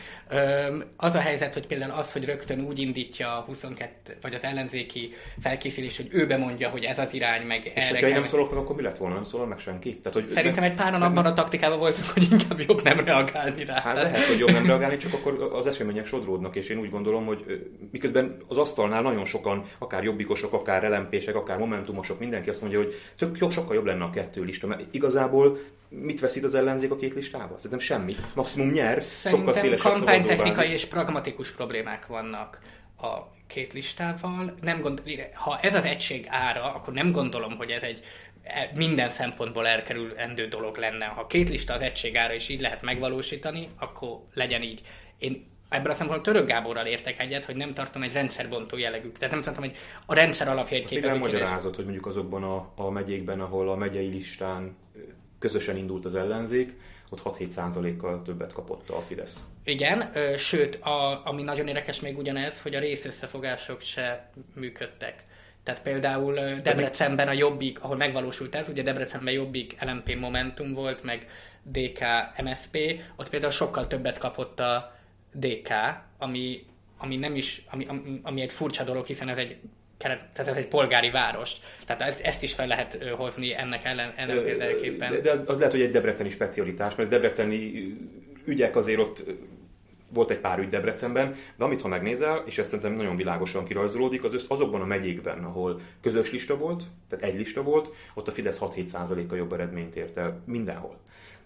Az a helyzet, hogy például az, hogy rögtön úgy indítja a huszonkettő, vagy az ellenzéki felkészülés, hogy ő bemondja, hogy ez az irány, meg és erre kell... És nem szólok meg, akkor mi lett volna? Nem szólal meg senki? Tehát, hogy szerintem egy páran abban a taktikában voltunk, hogy inkább jobb nem reagálni rá. Hát lehet, hogy jobb nem reagálni, csak akkor az események sodródnak, és én úgy gondolom, hogy miközben az asztalnál nagyon sokan, akár jobbikosok, akár relempések, akár momentumosok, mindenki azt mondja, hogy tök, sokkal jobb lenne a kettő lista, mert igazából mit veszít az ellenzék a két listával? Szerintem semmit. Maximum nyer, sokkal szélesebb kampánytechnikai és pragmatikus problémák vannak a két listával. Nem gond... Ha ez az egység ára, akkor nem gondolom, hogy ez egy minden szempontból elkerülendő dolog lenne. Ha két lista az egység ára és így lehet megvalósítani, akkor legyen így. Én ebből a szempontból Török Gáborral értek egyet, hogy nem tartom egy rendszerbontó jellegű. Tehát nem szerintem, hogy a rendszer alapjait képezik. Nem magyarázott, hogy mondjuk azokban a, a megyékben, ahol a megyei listán közösen indult az ellenzék, ott hat-hét százalékkal többet kapott a Fidesz. Igen, ö, sőt, a, ami nagyon érdekes még ugyanez, hogy a részösszefogások se működtek. Tehát például Debrecenben a Jobbik, ahol megvalósult ez, ugye Debrecenben Jobbik, el em pé Momentum volt, meg dé ká em es pé, ott például sokkal többet kapott a dé ká, ami, ami nem is, ami, ami, ami egy furcsa dolog, hiszen ez egy tehát ez egy polgári város. Tehát ezt is fel lehet hozni ennek ellen, ennek példáképpen. De, de az, az lehet, hogy egy debreceni specialitás, mert debreceni ügyek azért ott volt egy pár ügy Debrecenben, de amit ha megnézel, és ezt szerintem nagyon világosan kirajzolódik, az azokban a megyékben, ahol közös lista volt, tehát egy lista volt, ott a Fidesz hat-hét százalékkal jobb eredményt ért el mindenhol.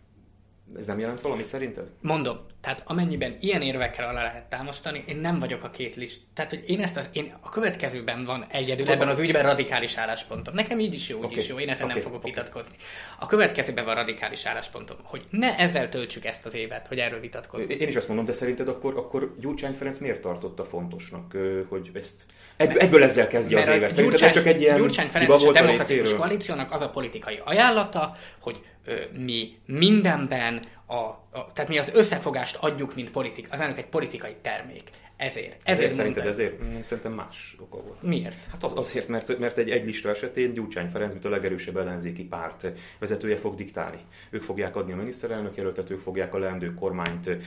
Ez nem jelent valamit szerinted? Mondom, tehát amennyiben ilyen érvekkel alá lehet támasztani, én nem vagyok a két list. Tehát, hogy én ezt az, én a következőben van egyedül ebben az ügyben radikális álláspontom. Nekem így is jó, úgy okay. is jó, én ezen okay. nem fogok okay. vitatkozni. A következőben van radikális álláspontom, hogy ne ezzel töltsük ezt az évet, hogy erről vitatkozni. Én is azt mondom, de szerinted akkor, akkor Gyurcsány Ferenc miért tartotta fontosnak, hogy ezt egy, egyből ezzel kezdje az évet? Szerinted ez csak egy ilyen Gyurcsány Ferenc és a Demokratikus Koalíciónak az a politikai ajánlata, hogy ö, mi mindenben A, a, tehát mi az összefogást adjuk, mint politika. Az elnök egy politikai termék. Ezért. Ezért szerinted ezért? Szerintem más oka volt. Miért? Hát az, azért, mert, mert egy egy lista esetén Gyurcsány Ferenc, mint a legerősebb ellenzéki párt vezetője fog diktálni. Ők fogják adni a miniszterelnök jelöltet, ők fogják a leendő kormányt ö,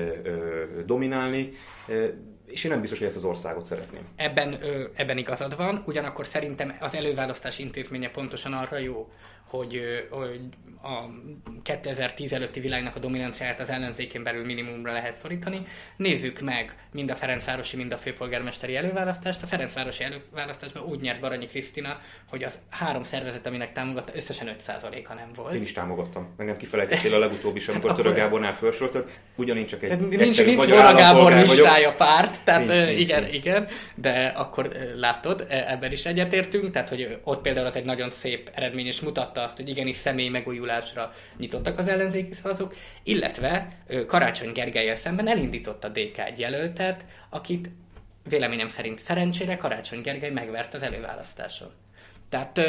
ö, dominálni, ö, és én nem biztos, hogy ezt az országot szeretném. Ebben, ö, ebben igazad van, ugyanakkor szerintem az előválasztás intézménye pontosan arra jó, hogy, hogy a kétezer-tíz előtti világnak a dominanciáját az ellenzékén belül minimumra lehet szorítani. Nézzük meg mind a ferencvárosi, mind a főpolgármesteri előválasztást. A ferencvárosi előválasztásban úgy nyert Baranyi Krisztina, hogy az három szervezet, aminek támogatta, összesen öt százaléka nem volt. Én is támogattam. Engem kifejtettél a legutóbb is, amikor Török Gábornál felsoroltad. Ugyan én csak egy nincs, nincs Vona Gábor listája párt, tehát nincs, nincs, igen, nincs. igen, de akkor látod, ebben is egyetértünk, tehát hogy ott például az egy nagyon szép eredmény, és mutatta azt, hogy igenis személy megújulásra nyitottak az ellenzéki szavazók, illetve Karácsony Gergellyel szemben elindította dé ká egy jelöltet, akit véleményem szerint szerencsére Karácsony Gergely megvert az előválasztáson. Tehát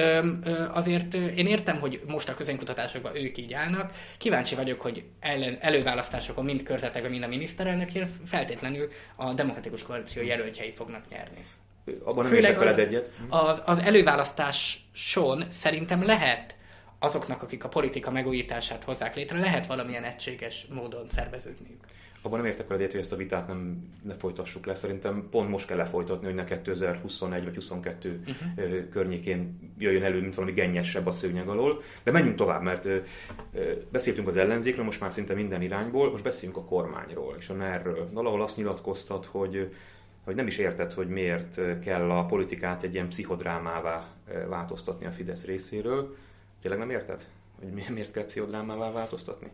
azért én értem, hogy most a közönkutatásokban ők így állnak. Kíváncsi vagyok, hogy ellen, előválasztásokon mind körzetekben, mind a miniszterelnökért feltétlenül a Demokratikus Koalíció jelöltjei fognak nyerni. Abban nem értek veled egyet. Az, az előválasztáson szerintem lehet azoknak, akik a politika megújítását hozzák létre, lehet valamilyen egységes módon szerveződniük. Abban nem értek veled egyet, hogy ezt a vitát nem ne folytassuk le. Szerintem pont most kell lefolytatni, hogy ne kétezer-huszonegy vagy huszonkettő uh-huh. környékén jöjjön elő, mint valami gennyesebb a szőnyeg alól. De menjünk tovább, mert beszéltünk az ellenzékről, most már szinte minden irányból, most beszéljünk a kormányról és a nerről. Valahol azt nyilatkoztat, hogy hogy nem is érted, hogy miért kell a politikát egy ilyen pszichodrámává változtatni a Fidesz részéről. Tényleg nem érted? Hogy miért kell pszichodrámává változtatni?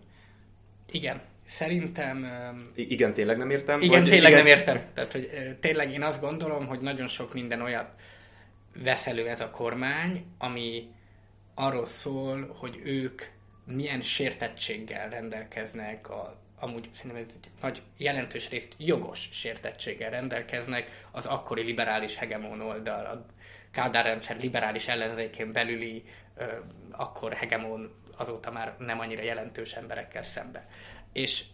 Igen. Szerintem... I- igen, tényleg nem értem? Igen, vagy tényleg igen... nem értem. Tehát, hogy tényleg én azt gondolom, hogy nagyon sok minden olyat vesz elő ez a kormány, ami arról szól, hogy ők milyen sértettséggel rendelkeznek a amúgy szerintem egy nagy jelentős részt jogos sértettséggel rendelkeznek az akkori liberális hegemon oldal, a Kádár rendszer liberális ellenzékén belüli ö, akkor hegemon, azóta már nem annyira jelentős emberekkel szembe. És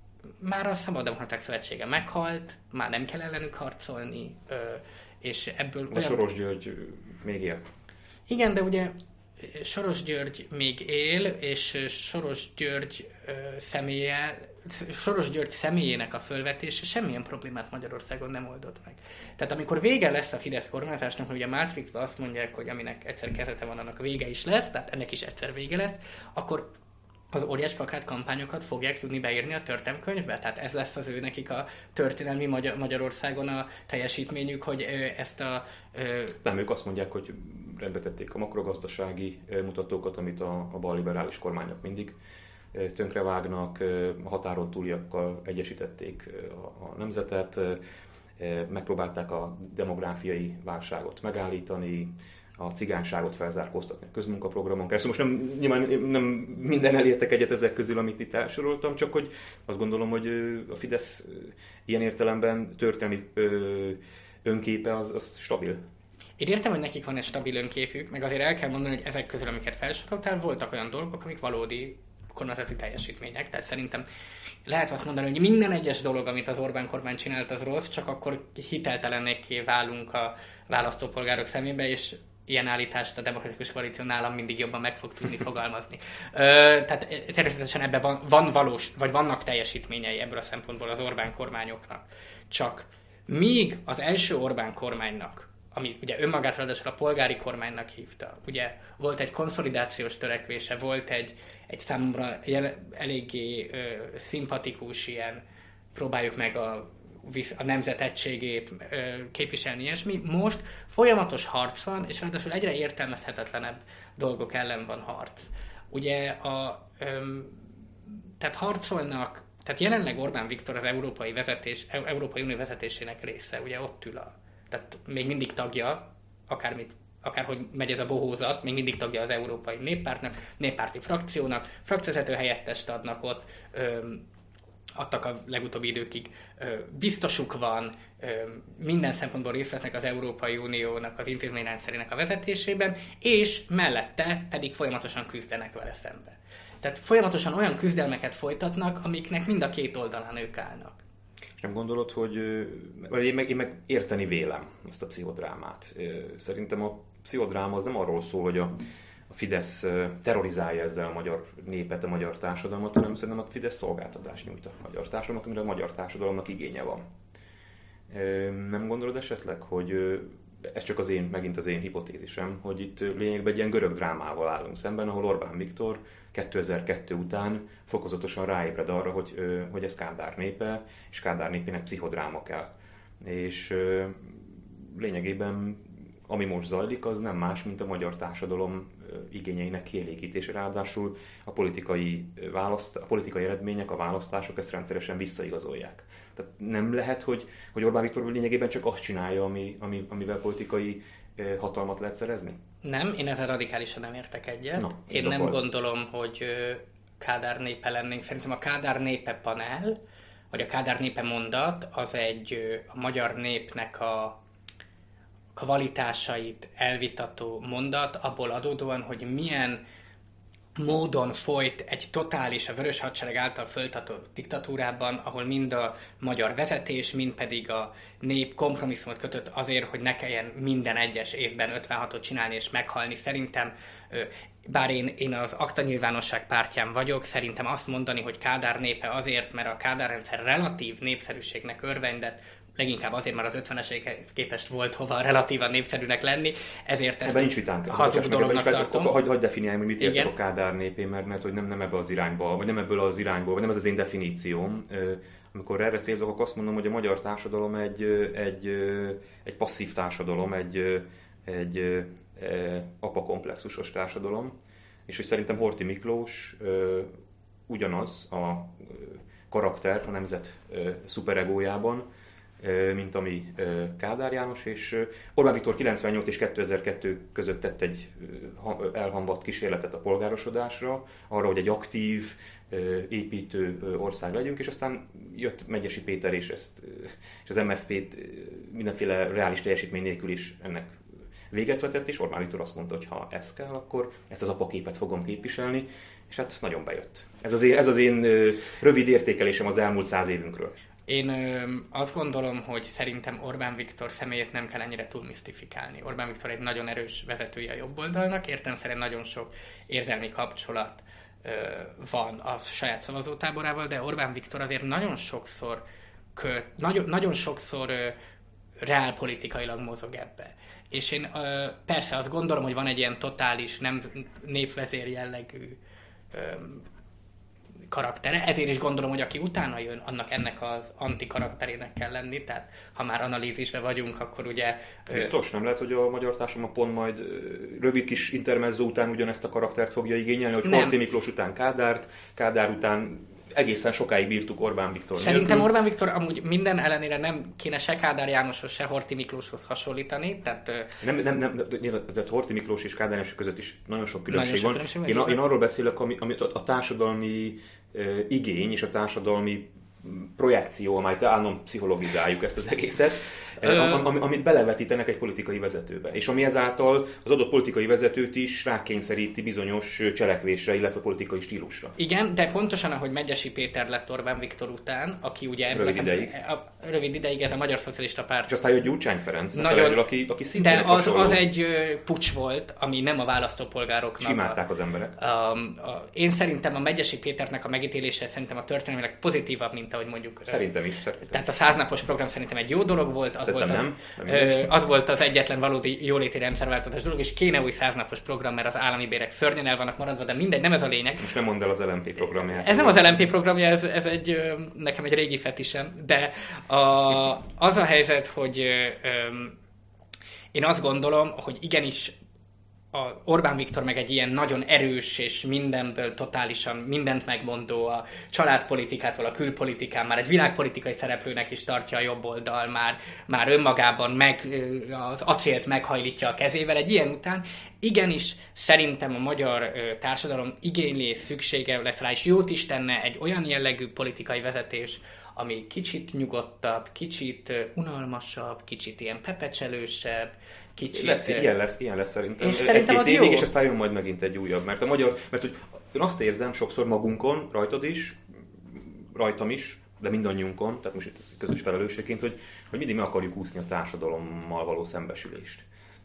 már a Szabaddemokraták Szövetsége meghalt, már nem kell ellenük harcolni, ö, és ebből... De olyan... Soros György még él. Igen, de ugye Soros György még él, és Soros György személye, Soros György személyének a fölvetése semmilyen problémát Magyarországon nem oldott meg. Tehát amikor vége lesz a Fidesz kormányzásnak, hogy a Matrixban azt mondják, hogy aminek egyszer kezdete van, annak vége is lesz, tehát ennek is egyszer vége lesz, akkor az óriás plakát kampányokat fogják tudni beírni a történelemkönyvbe? Tehát ez lesz az ő nekik a történelmi Magyar- Magyarországon a teljesítményük, hogy ezt a... Ö... Nem, ők azt mondják, hogy rendbe tették a makrogazdasági mutatókat, amit a, a balliberális kormányok mindig tönkrevágnak, a határon túliakkal egyesítették a, a nemzetet, megpróbálták a demográfiai válságot megállítani, a cigányságot felzárkóztatni a közmunkaprogramon keresztül. Most nem, nyilván nem minden elértek egyet ezek közül, amit itt elsoroltam, csak hogy azt gondolom, hogy a Fidesz ilyen értelemben történelmi önképe az, az stabil. Én értem, hogy nekik van egy stabil önképük, meg azért el kell mondani, hogy ezek közül, amiket felsoroltál, voltak olyan dolgok, amik valódi kormányzati teljesítmények. Tehát szerintem lehet azt mondani, hogy minden egyes dolog, amit az Orbán kormány csinált, az rossz, csak akkor hiteltelenekké válunk a választópolgárok szemébe, és ilyen állítást a Demokratikus Koalíció nálam mindig jobban meg fog tudni fogalmazni. Ö, tehát természetesen ebben van, van valós, vagy vannak teljesítményei ebből a szempontból az Orbán kormányoknak. Csak míg az első Orbán kormánynak, ami ugye önmagát ráadásul a polgári kormánynak hívta, ugye volt egy konszolidációs törekvése, volt egy, egy számomra eléggé ö, szimpatikus ilyen, próbáljuk meg a a nemzet egységét képviselni, ilyesmi. Most folyamatos harc van, és ráadásul egyre értelmezhetetlenebb dolgok ellen van harc. Ugye a, öm, tehát harcolnak, tehát jelenleg Orbán Viktor az európai vezetés, Európai Unió vezetésének része, ugye ott ül a, tehát még mindig tagja, akármit, akárhogy megy ez a bohózat, még mindig tagja az Európai Néppártnak, néppárti frakciónak, frakcióvezető helyettest adnak ott, öm, adtak a legutóbbi időkig. Biztosuk van, minden szempontból részt vesznek az Európai Uniónak, az intézményrendszerének a vezetésében, és mellette pedig folyamatosan küzdenek vele szembe. Tehát folyamatosan olyan küzdelmeket folytatnak, amiknek mind a két oldalán ők állnak. És nem gondolod, hogy én meg, én meg érteni vélem ezt a pszichodrámát. Szerintem a pszichodráma az nem arról szól, hogy a a Fidesz terrorizálja ezzel a magyar népet, a magyar társadalmat, hanem szerintem a Fidesz szolgáltatást nyújt a magyar társadalomnak, amire a magyar társadalomnak igénye van. Nem gondolod esetleg, hogy ez csak az én, megint az én hipotézisem, hogy itt lényegben egy ilyen görög drámával állunk szemben, ahol Orbán Viktor kétezer-kettő után fokozatosan ráébred arra, hogy, hogy ez Kádár népe, és Kádár népének pszichodráma kell. És lényegében ami most zajlik, az nem más, mint a magyar társadalom igényeinek kielégítése. Ráadásul a politikai, választ, a politikai eredmények, a választások ezt rendszeresen visszaigazolják. Tehát nem lehet, hogy, hogy Orbán Viktor lényegében csak azt csinálja, ami, ami, amivel politikai hatalmat lehet szerezni? Nem, én ezzel radikálisan nem értek egyet. Na, én nem az. gondolom, hogy Kádár népe lennénk. Szerintem a Kádár népe panel, vagy a Kádár népe mondat, az egy a magyar népnek a kvalitásait elvitató mondat, abból adódóan, hogy milyen módon folyt egy totális, a Vörös Hadsereg által föltatott diktatúrában, ahol mind a magyar vezetés, mind pedig a nép kompromisszumot kötött azért, hogy ne kelljen minden egyes évben ötvenhatot csinálni és meghalni. Szerintem, bár én, én az Akta Nyilvánosság pártján vagyok, szerintem azt mondani, hogy Kádár népe azért, mert a Kádár rendszer relatív népszerűségnek örvendett, leginkább azért, mert az ötvenesekhez képest volt hova relatívan népszerűnek lenni, ezért ezt nincs vitánk. hazug dolognak tartom. Hagy, hagy definiáljam, hogy mit értek a Kádár népén, mert, mert hogy nem, nem ebbe az irányba, vagy nem ebből az irányból, vagy nem ez az én definícióm. Amikor erre célzok, akkor azt mondom, hogy a magyar társadalom egy, egy, egy passzív társadalom, egy, egy, egy apakomplexusos társadalom, és hogy szerintem Horthy Miklós ugyanaz a karakter a nemzet szuperegójában, mint ami Kádár János, és Orbán Viktor kilencvennyolc és kétezer-kettő között tett egy elhamvadt kísérletet a polgárosodásra, arra, hogy egy aktív, építő ország legyünk, és aztán jött Megyesi Péter, és, ezt, és az em es zé pé-t mindenféle reális teljesítmény nélkül is ennek véget vetett, és Orbán Viktor azt mondta, hogy ha ez kell, akkor ezt az apaképet fogom képviselni, és hát nagyon bejött. Ez az én, ez az én rövid értékelésem az elmúlt száz évünkről. Én ö, azt gondolom, hogy szerintem Orbán Viktor személyét nem kell ennyire túl misztifikálni. Orbán Viktor egy nagyon erős vezetője a jobboldalnak, értelemszerűen nagyon sok érzelmi kapcsolat ö, van a saját szavazótáborával, de Orbán Viktor azért nagyon sokszor köt, nagyon, nagyon sokszor ö, reálpolitikailag mozog ebbe. És én ö, persze azt gondolom, hogy van egy ilyen totális, nem népvezér jellegű ö, karaktere, ezért is gondolom, hogy aki utána jön, annak ennek az antikarakterének kell lenni, tehát ha már analízisben vagyunk, akkor ugye... Biztos, nem lehet, hogy a magyar társadalom pont majd rövid kis intermezzó után ugyanezt a karaktert fogja igényelni, hogy Horthy Miklós után Kádárt, Kádár után egészen sokáig bírtuk Orbán Viktor Szerintem nélkül. Orbán Viktor amúgy minden ellenére nem kéne se Kádár Jánoshoz, se Horthy Miklóshoz hasonlítani, tehát... Nem, nem, nem, ez Horthy Miklós és Kádár János között is nagyon sok különbség nagyon van. Sok én, a, én arról beszélek, ami, ami a társadalmi uh, igény és a társadalmi projekció, amelyet állandóan pszichologizáljuk ezt az egészet, Ö... am, amit belevetítenek egy politikai vezetőbe. És ami ezáltal az adott politikai vezetőt is rákényszeríti bizonyos cselekvésre, illetve politikai stílusra. Igen, de pontosan ahogy Megyesi Péter lett Orbán Viktor után, aki ugye... Rövid ideig. A, rövid ideig ez a Magyar Szocialista Párt. És aztán jött Gyurcsány Ferenc, nagyon, felejtől, aki, aki szintén de az, az egy pucs volt, ami nem a választópolgároknak... Simálták az emberek. A, a, én szerintem a Megyesi Péternek a megítélése szerintem a történelmileg pozitívabb, mint ahogy mondjuk... Szerintem is. Szerintem tehát a száznapos program szerintem egy jó dolog volt, az, volt az, nem, nem az volt az egyetlen valódi jóléti rendszerváltozás dolog, és kéne új száznapos program, mert az állami bérek szörnyen el vannak maradva, de mindegy, nem ez a lényeg. Most nem mondd el az el em pé programját. Ez nem az el em pé programja, ez, ez egy, nekem egy régi fetisem, de a, az a helyzet, hogy öm, én azt gondolom, hogy igenis a Orbán Viktor meg egy ilyen nagyon erős és mindenből totálisan mindent megmondó, a családpolitikától a külpolitikán, már egy világpolitikai szereplőnek is tartja a jobb oldal, már, már önmagában meg, az acélt meghajlítja a kezével. Egy ilyen után igenis szerintem a magyar társadalom igényli és szüksége lesz rá, és jót is tenne egy olyan jellegű politikai vezetés, ami kicsit nyugodtabb, kicsit unalmasabb, kicsit ilyen pepecselősebb, kicsit... Lesz, ilyen lesz, ilyen lesz szerintem. És szerintem az évig, jó. És aztán jön majd megint egy újabb. Mert a magyar, mert hogy én azt érzem sokszor magunkon, rajtad is, rajtam is, de mindannyiunkon, tehát most itt ez közös felelősségként, hogy, hogy mindig meg akarjuk úszni a társadalommal való szembesülést.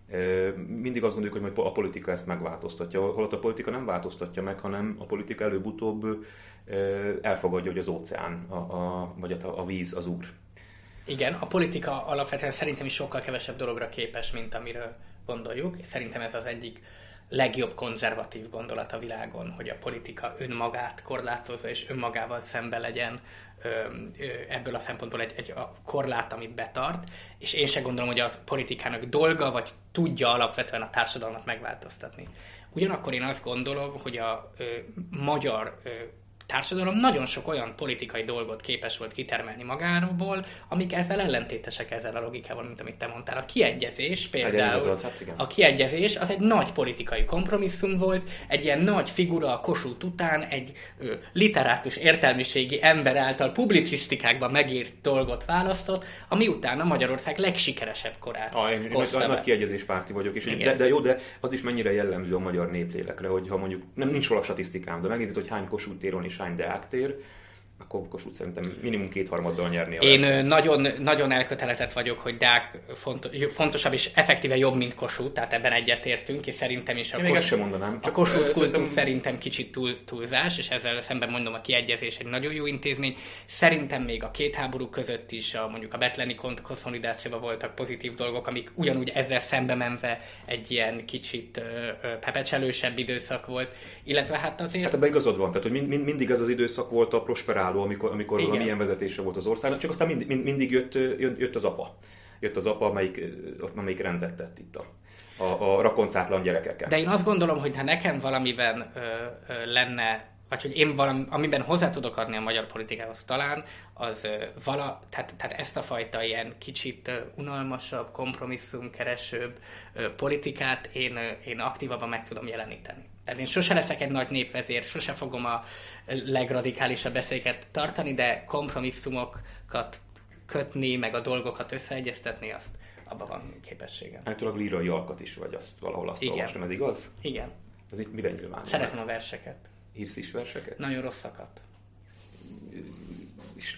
Mindig azt gondoljuk, hogy a politika ezt megváltoztatja, holott a politika nem változtatja meg, hanem a politika előbb-utóbb elfogadja, hogy az óceán, a, a, vagy a, a víz az úr. Igen, a politika alapvetően szerintem is sokkal kevesebb dologra képes, mint amiről gondoljuk. Szerintem ez az egyik legjobb konzervatív gondolat a világon, hogy a politika önmagát korlátozza, és önmagával szembe legyen ö, ö, ebből a szempontból egy, egy a korlát, amit betart, és én se gondolom, hogy a politikának dolga, vagy tudja alapvetően a társadalmat megváltoztatni. Ugyanakkor én azt gondolom, hogy a ö, magyar ö, társadalom nagyon sok olyan politikai dolgot képes volt kitermelni magáról, amik ezzel ellentétesek ezzel a logikával, mint amit te mondtál. A kiegyezés például, hát a kiegyezés az egy nagy politikai kompromisszum volt, egy ilyen nagy figura a Kossuth után egy ö, literátus értelmiségi ember által publicisztikákban megírt dolgot választott, ami utána Magyarország legsikeresebb korát ah, én, hozta én be. nagy kiegyezéspárti vagyok, és de, de jó, de az is mennyire jellemző a magyar néplélekre, hogy ha mondjuk, nem nincs róla statisztikám, de megnézed, hogy hány Kossuth téron és hány Deák tér, akkor Kossuth szerintem minimum kétharmaddal nyerni a Én versenyt. nagyon, nagyon elkötelezett vagyok, hogy Deák fontosabb és effektíve jobb, mint Kossuth, tehát ebben egyetértünk, és szerintem is a, Kos... sem mondanám, a Kossuth kultusz szerintem... szerintem kicsit túl, túlzás, és ezzel szemben mondom, a kiegyezés egy nagyon jó intézmény. Szerintem még a két háború között is, a, mondjuk a betleni konszolidációban voltak pozitív dolgok, amik ugyanúgy ezzel szembe menve egy ilyen kicsit ö, ö, pepecselősebb időszak volt, illetve hát azért... Hát ebben igazad van, tehát hogy mind, mind, mindig ez az időszak volt a prosperáló, amikor, amikor valamilyen vezetése volt az országnak, csak aztán mind, mind, mindig jött, jött az apa. Jött az apa, amelyik, amelyik rendet tett itt a, a, a rakoncátlan gyerekekkel. De én azt gondolom, hogy ha nekem valamiben ö, ö, lenne, vagy hogy én valami, amiben hozzá tudok adni a magyar politikához talán, az ö, vala, tehát, tehát ezt a fajta ilyen kicsit ö, unalmasabb, kompromisszumkeresőbb ö, politikát én, ö, én aktívabban meg tudom jeleníteni. Tehát én sose leszek egy nagy népvezér, sose fogom a legradikálisabb beszélyeket tartani, de kompromisszumokat kötni, meg a dolgokat összeegyeztetni, azt abban van képességem. Általában lírai alkat is vagy, azt valahol azt olvastam, ez igaz? Igen. Ez itt miben nyilvánul? Szeretem a verseket. Írsz is verseket? Nagyon rosszakat. És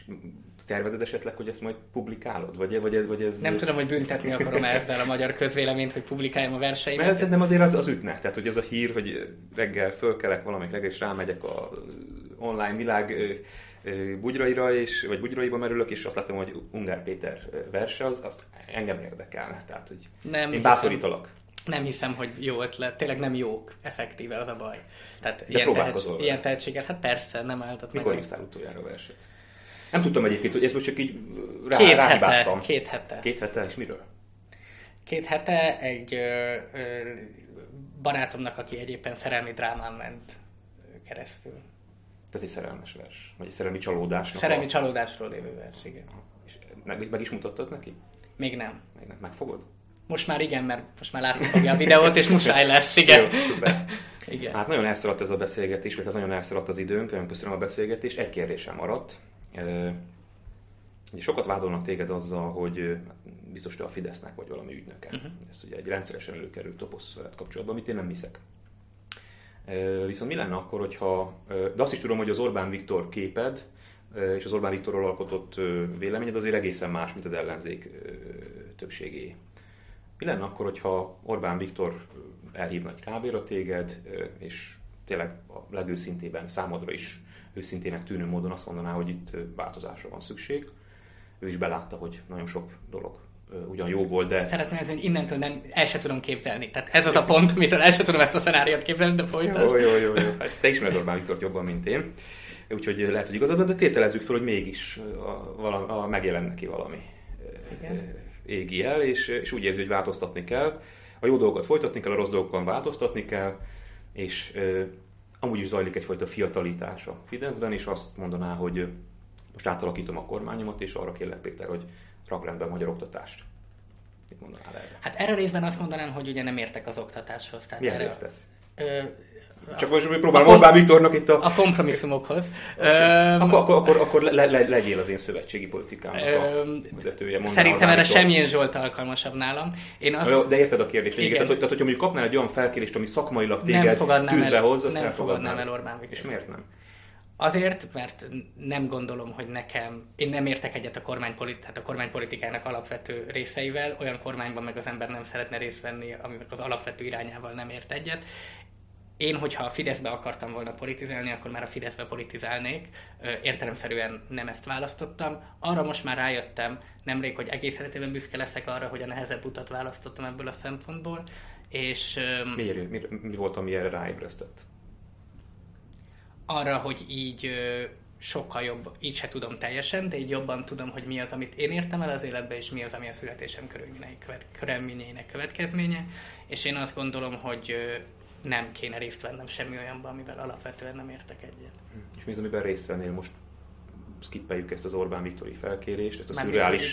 tervezed esetleg, hogy ezt majd publikálod? Vagy, vagy, ez, vagy ez... Nem tudom, hogy büntetni akarom ezzel a magyar közvéleményt, hogy publikáljam a verseimet. Mert szerintem azért az, az ütne. Tehát, hogy ez a hír, hogy reggel fölkelek valamelyik reggel, és rámegyek a online világ bugyraira, és, vagy bugyraiba merülök, és azt látom, hogy Ungár Péter verse, az, az engem érdekelne. Tehát, hogy nem én bátorítalak. Nem hiszem, hogy jó ötlet. Tényleg nem jók, effektíve az a baj. Tehát de ilyen, próbálkozol tehetség, ilyen tehetséget, hát persze, nem álltat meg. Mikor írtál utoljára verset? Nem tudtam egyébként, hogy ezt most csak így rá, két ráhibáztam. hete, két hete. Két hete, és miről? Két hete egy ö, ö, barátomnak, aki egyébként szerelmi drámán ment keresztül. Ez egy szerelmes vers, vagy egy szerelmi csalódásnak. Szerelmi a... csalódásról lévő vers, igen. És meg, meg is mutattad neki? Még nem. Még nem. Megfogod? Most már igen, mert most már látni fogja a videót, és muszáj lesz, igen. Jó, szuper. Igen. Hát nagyon elszaladt ez a beszélgetés, vagy hát nagyon elszaladt az időnk, nagyon köszönöm a beszélgetést. Egy kérdésem maradt. Sokat vádolnak téged azzal, hogy biztos te a Fidesznek vagy valami ügynöke. Uh-huh. Ezt ugye egy rendszeresen előkerült toposz veled kapcsolatban, amit én nem hiszek. Viszont mi lenne akkor, hogyha... De azt is tudom, hogy az Orbán Viktor képed és az Orbán Viktorról alkotott véleményed azért egészen más, mint az ellenzék többségé. Mi lenne akkor, hogyha Orbán Viktor elhívna egy kávéra téged, és tényleg a legőszintében, számodra is őszintének tűnő módon azt mondaná, hogy itt változásra van szükség. Ő is belátta, hogy nagyon sok dolog ugyan jó volt, de... Szeretném ezen, hogy innentől nem, el sem tudom képzelni. Tehát ez az a pont, mitől el sem tudom ezt a szenáriót képzelni, de folytasd. Jó, jó, jó, jó. Hát te ismered Orbán Viktort jobban, mint én. Úgyhogy lehet, hogy igazad, de tételezzük fel, hogy mégis a, a, a megjelen neki valami igen. égi el, és, és úgy érzi, hogy változtatni kell. A jó dolgokat folytatni kell, a rossz dolgokat változtatni kell, és e, amúgy is zajlik egyfajta fiatalítás a Fideszben, és azt mondaná, hogy most átalakítom a kormányomat, és arra kérlek, Péter, hogy rak rendbe a magyar oktatást. Mit mondanál erre? Hát erre részben azt mondanám, hogy ugye nem értek az oktatáshoz. Tehát milyen erre... értesz? Ö... Csak most próbálom Orbán Viktornak itt a... A kompromisszumokhoz. Okay. Öm... Akkor, akkor, akkor, akkor le, le, legyél az én szövetségi politikámnak Öm... a vezetője. Szerintem erre semmilyen Zsolt alkalmasabb nálam. Én azt... Jó, de érted a kérdést. Tehát, tehát, hogyha mondjuk kapnál egy olyan felkérést, ami szakmailag téged tűzbe hoz, azt nem fogadnám el Orbán Viktor. És miért nem? Azért, mert nem gondolom, hogy nekem, én nem értek egyet a, kormánypolit, tehát a kormánypolitikának alapvető részeivel, olyan kormányban meg az ember nem szeretne részt venni, aminek az alapvető irányával nem ért egyet. Én, hogyha a Fideszbe akartam volna politizálni, akkor már a Fideszbe politizálnék. Értelemszerűen nem ezt választottam. Arra most már rájöttem nemrég, hogy egész életében büszke leszek arra, hogy a nehezebb utat választottam ebből a szempontból. És, Miért? Mi, mi volt, ami erre ráébresztett? Arra, hogy így sokkal jobb, így se tudom teljesen, de így jobban tudom, hogy mi az, amit én értem el az életbe, és mi az, ami a születésem körülményeinek következménye. És én azt gondolom, hogy nem kéne részt vennem semmi olyanban, amivel alapvetően nem értek egyet. És mi az, amiben részt vennél most? Skippeljük ezt az Orbán Viktori felkérést, ezt a Már szürreális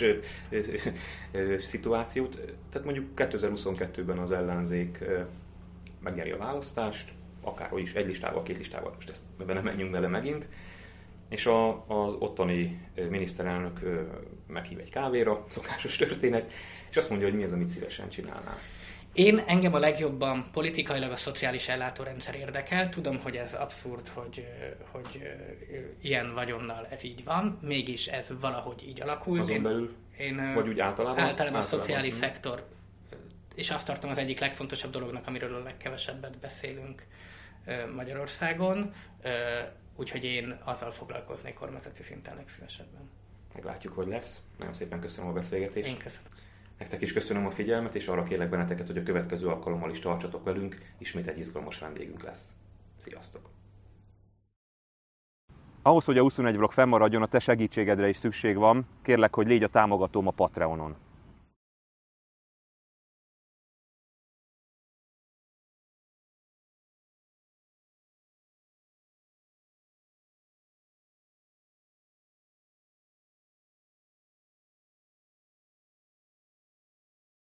szituációt. Tehát mondjuk kétezer-huszonkettőben az ellenzék megnyeri a választást, akárhogy is, egy listával, két listával, most ezt ebben nem menjünk bele megint, és a, az ottani miniszterelnök meghív egy kávéra, szokásos történet, és azt mondja, hogy mi az, amit szívesen csinálnál. Én engem a legjobban politikailag a szociális ellátórendszer érdekel. Tudom, hogy ez abszurd, hogy, hogy ilyen vagyonnal ez így van, mégis ez valahogy így alakul. Azon belül? Én, vagy úgy általában? Általában, általában a szociális hmm. szektor, és azt tartom az egyik legfontosabb dolognak, amiről a legkevesebbet beszélünk Magyarországon, úgyhogy én azzal foglalkoznék kormányzati szinten legszívesebben. Meglátjuk, hogy lesz. Nagyon szépen köszönöm a beszélgetést. Én köszönöm. Nektek is köszönöm a figyelmet, és arra kérlek benneteket, hogy a következő alkalommal is tartsatok velünk, ismét egy izgalmas vendégünk lesz. Sziasztok! Ahhoz, hogy a huszonegy vlog fennmaradjon, a te segítségedre is szükség van. Kérlek, hogy légy a támogatóm a Patreonon.